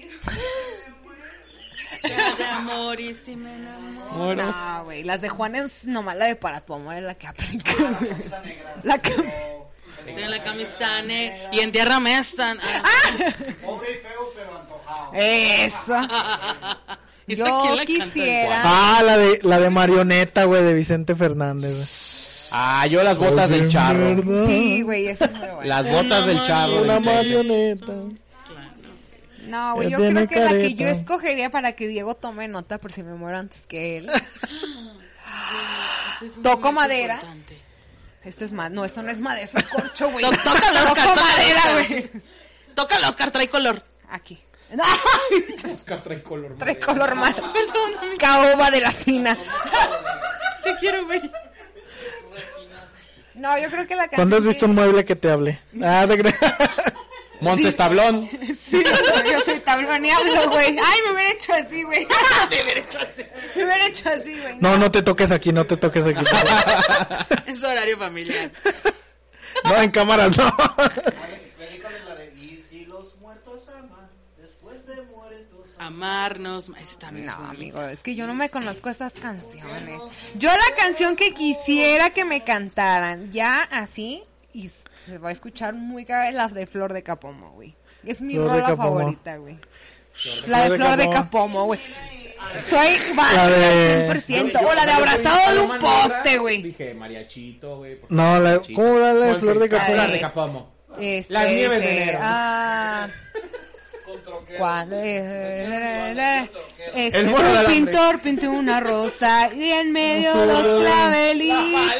De amor y si me enamoro. No, güey, las de Juan es nomás la de Para tu amor es la que aplica, güey. La que... Tengo la camisa negra y entiérrame esta. Eso. ¿Esa Yo quién la canta? quisiera... Ah, la de marioneta, güey, de Vicente Fernández. Ah, yo las botas del charro. ¿Verdad? Sí, güey, esa es muy buena. Las botas del charro. Una en serio. marioneta. No, güey, yo Tiene creo que la que careta. yo escogería para que Diego tome nota por si me muero antes que él. Toco madera. Importante. Esto es más, no, esto no es madera, eso es corcho, güey. Tócalo, Oscar, Toco tócalo, madera, Oscar. güey. Tócalo, Oscar, trae color. Aquí. Oscar trae color. Trae color mal. Perdóname, Caoba de la fina. te quiero, güey. No, yo creo que la canción... ¿Cuándo has visto un mueble que te hable? Ah, te creas. Montes Tablón. Sí, yo soy tablón y hablo, güey. Ay, me hubiera hecho así, güey. Te hubiera hecho así. Me hubiera hecho así, güey. No te toques aquí, no te toques aquí. Es horario familiar. No, en cámaras no. Amarnos. Ese también. No, amigo, es que yo no me conozco esas canciones. Yo la canción que quisiera que me cantaran, ya así, y se va a escuchar muy cabrón, la de Flor de Capomo, güey. Es mi Flor de rola Capomo. favorita, güey. La de Flor de Capomo, güey. Soy La banda de- 100%. O la de abrazado de un poste, güey. Dije mariachito, güey. No, ¿cómo era la de Flor de Capomo? La de Capomo. Las Las nieves de enero. Cuando El mono del un hambre. pintor pintó una rosa y en medio dos clavelitos.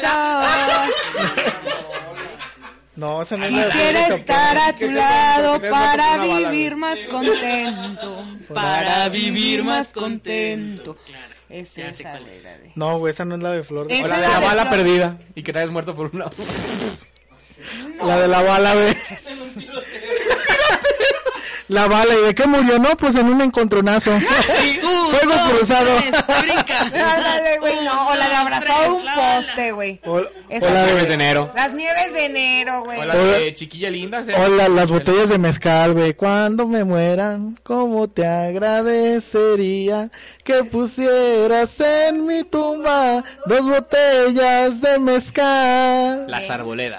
No, esa no es la de Quisiera Flor de estar a tu lado que para tenés una bala, vivir más contento. Para vivir más contento. Es Ya sé esa, cuál güey, es. la de- No, güey, esa no es la de Flor de Esa O la es de la la de bala Flor. perdida. Y que te hayas muerto por una. La de la bala, güey. La bala, ¿y de qué murió? No, pues en un encontronazo. Fuego cruzado. Ándale, güey, no, o la de abrazado de un poste, güey. O Esa la Nieves de de... enero. Las nieves de enero, güey. O la de Chiquilla Linda. O las botellas de mezcal, güey. Cuando me mueran, ¿cómo te agradecería que pusieras en mi tumba 2 botellas de mezcal? Las arboledas.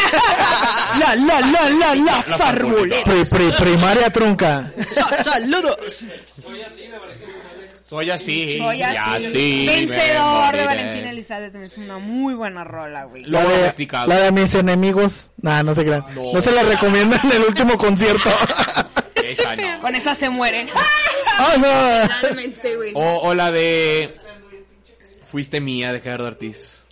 Las árboles. Primaria trunca. ¡Saludos! Soy así. Soy así. me Vencedor de moriré. Valentín Elizalde. Es una muy buena rola, güey. Lobo domesticado. La de mis enemigos. Nah, no se crean. No. No se la recomiendo en el último concierto. Esa no. Con esa se mueren. ¡Ay, no! Realmente, güey. O la de Fuiste mía de Gerardo Ortiz.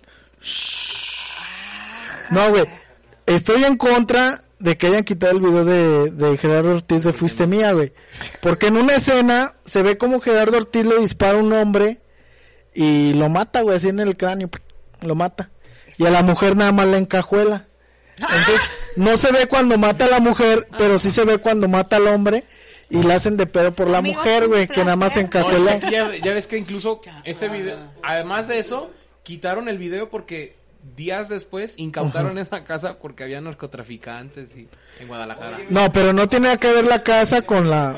No, güey. Estoy en contra de que hayan quitado el video de Gerardo Ortiz de Fuiste Mía, güey. Porque en una escena se ve como Gerardo Ortiz le dispara a un hombre y lo mata, güey, así en el cráneo. Lo mata. Y a la mujer nada más la encajuela. Entonces, no se ve cuando mata a la mujer, pero sí se ve cuando mata al hombre y la hacen de pedo por la Amigo, mujer, es un güey, que nada más se placer. encajuela. Ya ves que incluso ese video, además de eso, quitaron el video porque días después incautaron esa casa porque había narcotraficantes en Guadalajara. No, pero no tiene que ver la casa con la...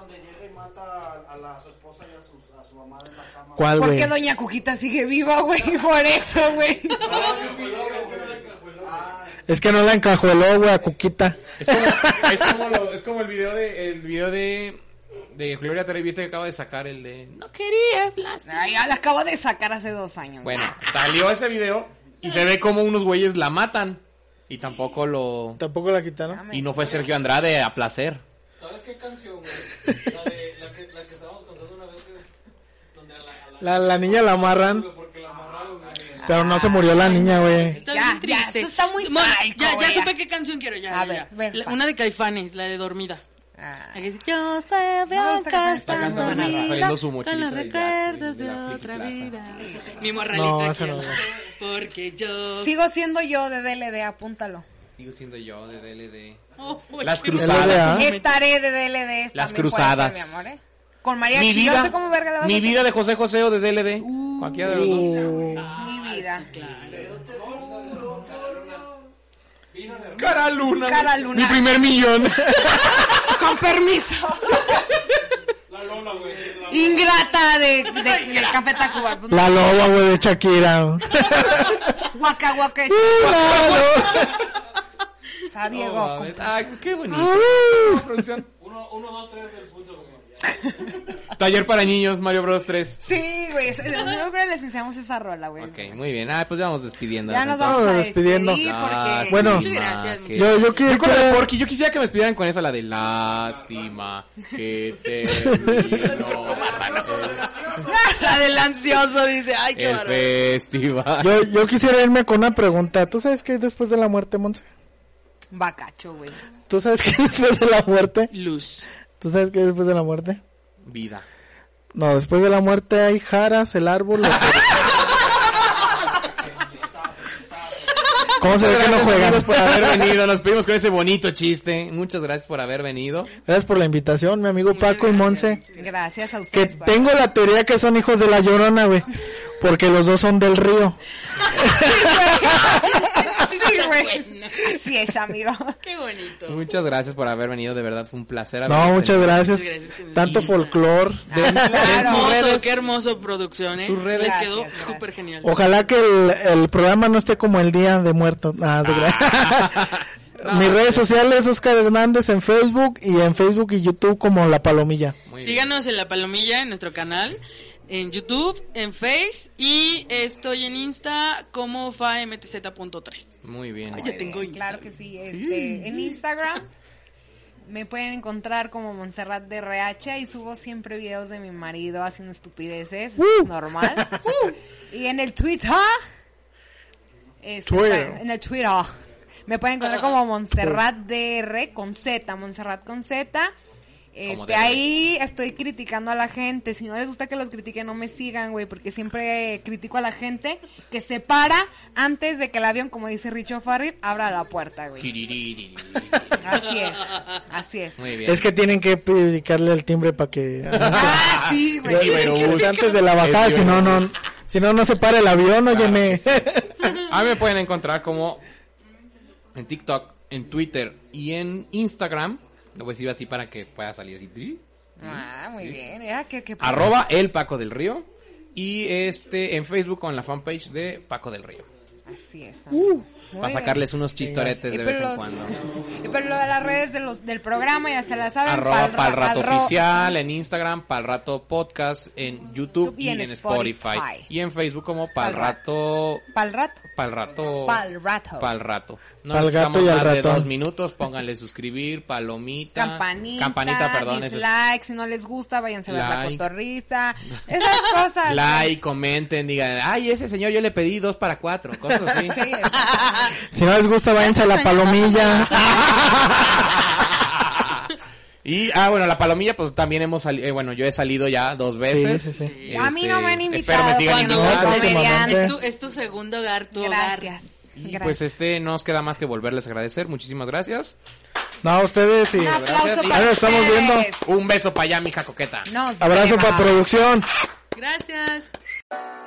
¿Cuál, güey? Porque Doña Cuquita sigue viva, güey. Por eso, güey. Es que no la encajueló, güey, a Cuquita. Es como el video de Gloria Trevi, viste que acaba de sacar el de No querías lástima. Ay, ya la acabo de sacar hace 2 años. Bueno, salió ese video y se ve como unos güeyes la matan y tampoco lo... ¿Tampoco la quitaron? Y no fue Sergio Andrade a placer. ¿Sabes qué canción, güey? La que estábamos contando una vez donde La niña la amarran, porque la amarraron, güey. pero no se murió la niña, güey. Está Ya, bien triste. esto está muy Bueno, psycho, ya güey. supe qué canción quiero, ya. A ya, ver, ya. ven, Una de Caifanes, la de Dormida. Ah. La que dice, yo sé, No, veo esta canción está estás muy buena. dormida, Saliendo su con mochilita los de recuerdos de de la otra Plaza. vida. Mi morralita No, aquí esa no, al lado. Porque yo... Sigo siendo yo de DLD, apúntalo. Sigo siendo yo de DLD. Oh, Las qué cruzadas. LDA. Estaré de DLD. Las también puede cruzadas. ser, mi amor, ¿eh? Con María Mi Yo vida, sé cómo verga la vas a mi hacer. vida de José José o de DLD. Cualquiera de los dos. Mi vida. Cara Luna. Cara Luna. Mi primer millón. Con permiso. Ingrata de Café Tacuba. La loba, güey, de Shakira. Guaca, guaca. Sa Diego. No mames. Ay, pues qué bonito. Producción. 1, 2, 3 del pulso, güey. Taller para niños, Mario Bros 3. Sí, güey. Yo creo que les enseñamos esa rola, güey. Ok, muy bien. Ah, pues ya vamos despidiendo. Ya nos entonces. vamos a despidiendo. despedir porque... Bueno. Muchas gracias. Que- Yo quiero... Yo con la de Porky, yo quisiera que me despidieran con esa, la de lástima que terminó La del ansioso dice, ay, qué el bárbaro. festival. Yo quisiera irme con una pregunta. ¿Tú sabes qué hay después de la muerte, Monse? Bacacho, güey. ¿Tú sabes qué hay después de la muerte? Luz. ¿Tú sabes qué hay después de la muerte? Vida. No, después de la muerte hay jaras, el árbol... ¿Cómo se ve que no Gracias, juegan? amigos, por haber venido. Nos pedimos con ese bonito chiste. Muchas gracias por haber venido. Gracias por la invitación, mi amigo Paco y Monse. Gracias a Que ustedes. güey. tengo la teoría que son hijos de la Llorona, güey. Porque los dos son del río. Sí, güey. Así es, amigo. Qué bonito. Muchas gracias por haber venido. De verdad fue un placer. No, haber muchas tenido. gracias. Muchas gracias que me Tanto invitan. folclor. Claro. Hermoso, qué hermoso producción, ¿eh? Sus redes. Les quedó Gracias, súper genial. Ojalá que el programa no esté como el Día de Muertos. Mis redes sociales, Oscar Hernández en Facebook y en Facebook y YouTube como La Palomilla. Muy bien. Síganos en La Palomilla, en nuestro canal. en YouTube, en Face y estoy en Insta como famtz.3. Muy bien. Ay, yo tengo Insta. Claro que sí. En Instagram me pueden encontrar como Montserrat DRH y subo siempre videos de mi marido haciendo estupideces, es normal. Y en el Twitter, en el Twitter me pueden encontrar como Montserrat DR con Z, Montserrat con Z. Ahí estoy criticando a la gente. Si no les gusta que los critique, no me sigan, güey, porque siempre critico a la gente que se para antes de que el avión, como dice Richo Farrell, abra la puerta, güey. Así es. Muy bien. Es que tienen que picarle el timbre para que... Sí, güey. Antes de la bajada, si no se para el avión, óyeme. A mí me pueden encontrar como en TikTok, en Twitter y en Instagram. Lo voy a decir así para que pueda salir así. Muy bien. Era que @ el Paco del Río. Y en Facebook con la fanpage de Paco del Río. Así es. Para sacarles unos chistoretes de vez en cuando. Pero lo de las redes del programa ya se la saben. @palrato oficial en Instagram, Palrato Podcast en YouTube y en Spotify. Y en Facebook como Palrato. Palrato. No Pal gato y al más de ratón. 2 minutos, pónganle suscribir, palomita. Campanita, perdón. dislike, si no les gusta, váyanse a ver la Like. cotorriza. Esas cosas. Like, comenten, digan, ay, ese señor yo le pedí 2 para 4, cosas así. Sí, Si no les gusta, váyanse a la palomilla. Y, bueno, la palomilla, pues también hemos salido, yo he salido ya 2 veces. Sí. A mí no me han Espero invitado. me sigan cuando invitando. próximamente. Es tu segundo hogar, tu Gracias. Y pues no nos queda más que volverles a agradecer. Muchísimas gracias. No, a ustedes sí. Un aplauso Gracias. para Ahí nos estamos ustedes. viendo. Un beso para allá, mija coqueta. Nos Abrazo vemos. para producción. Gracias.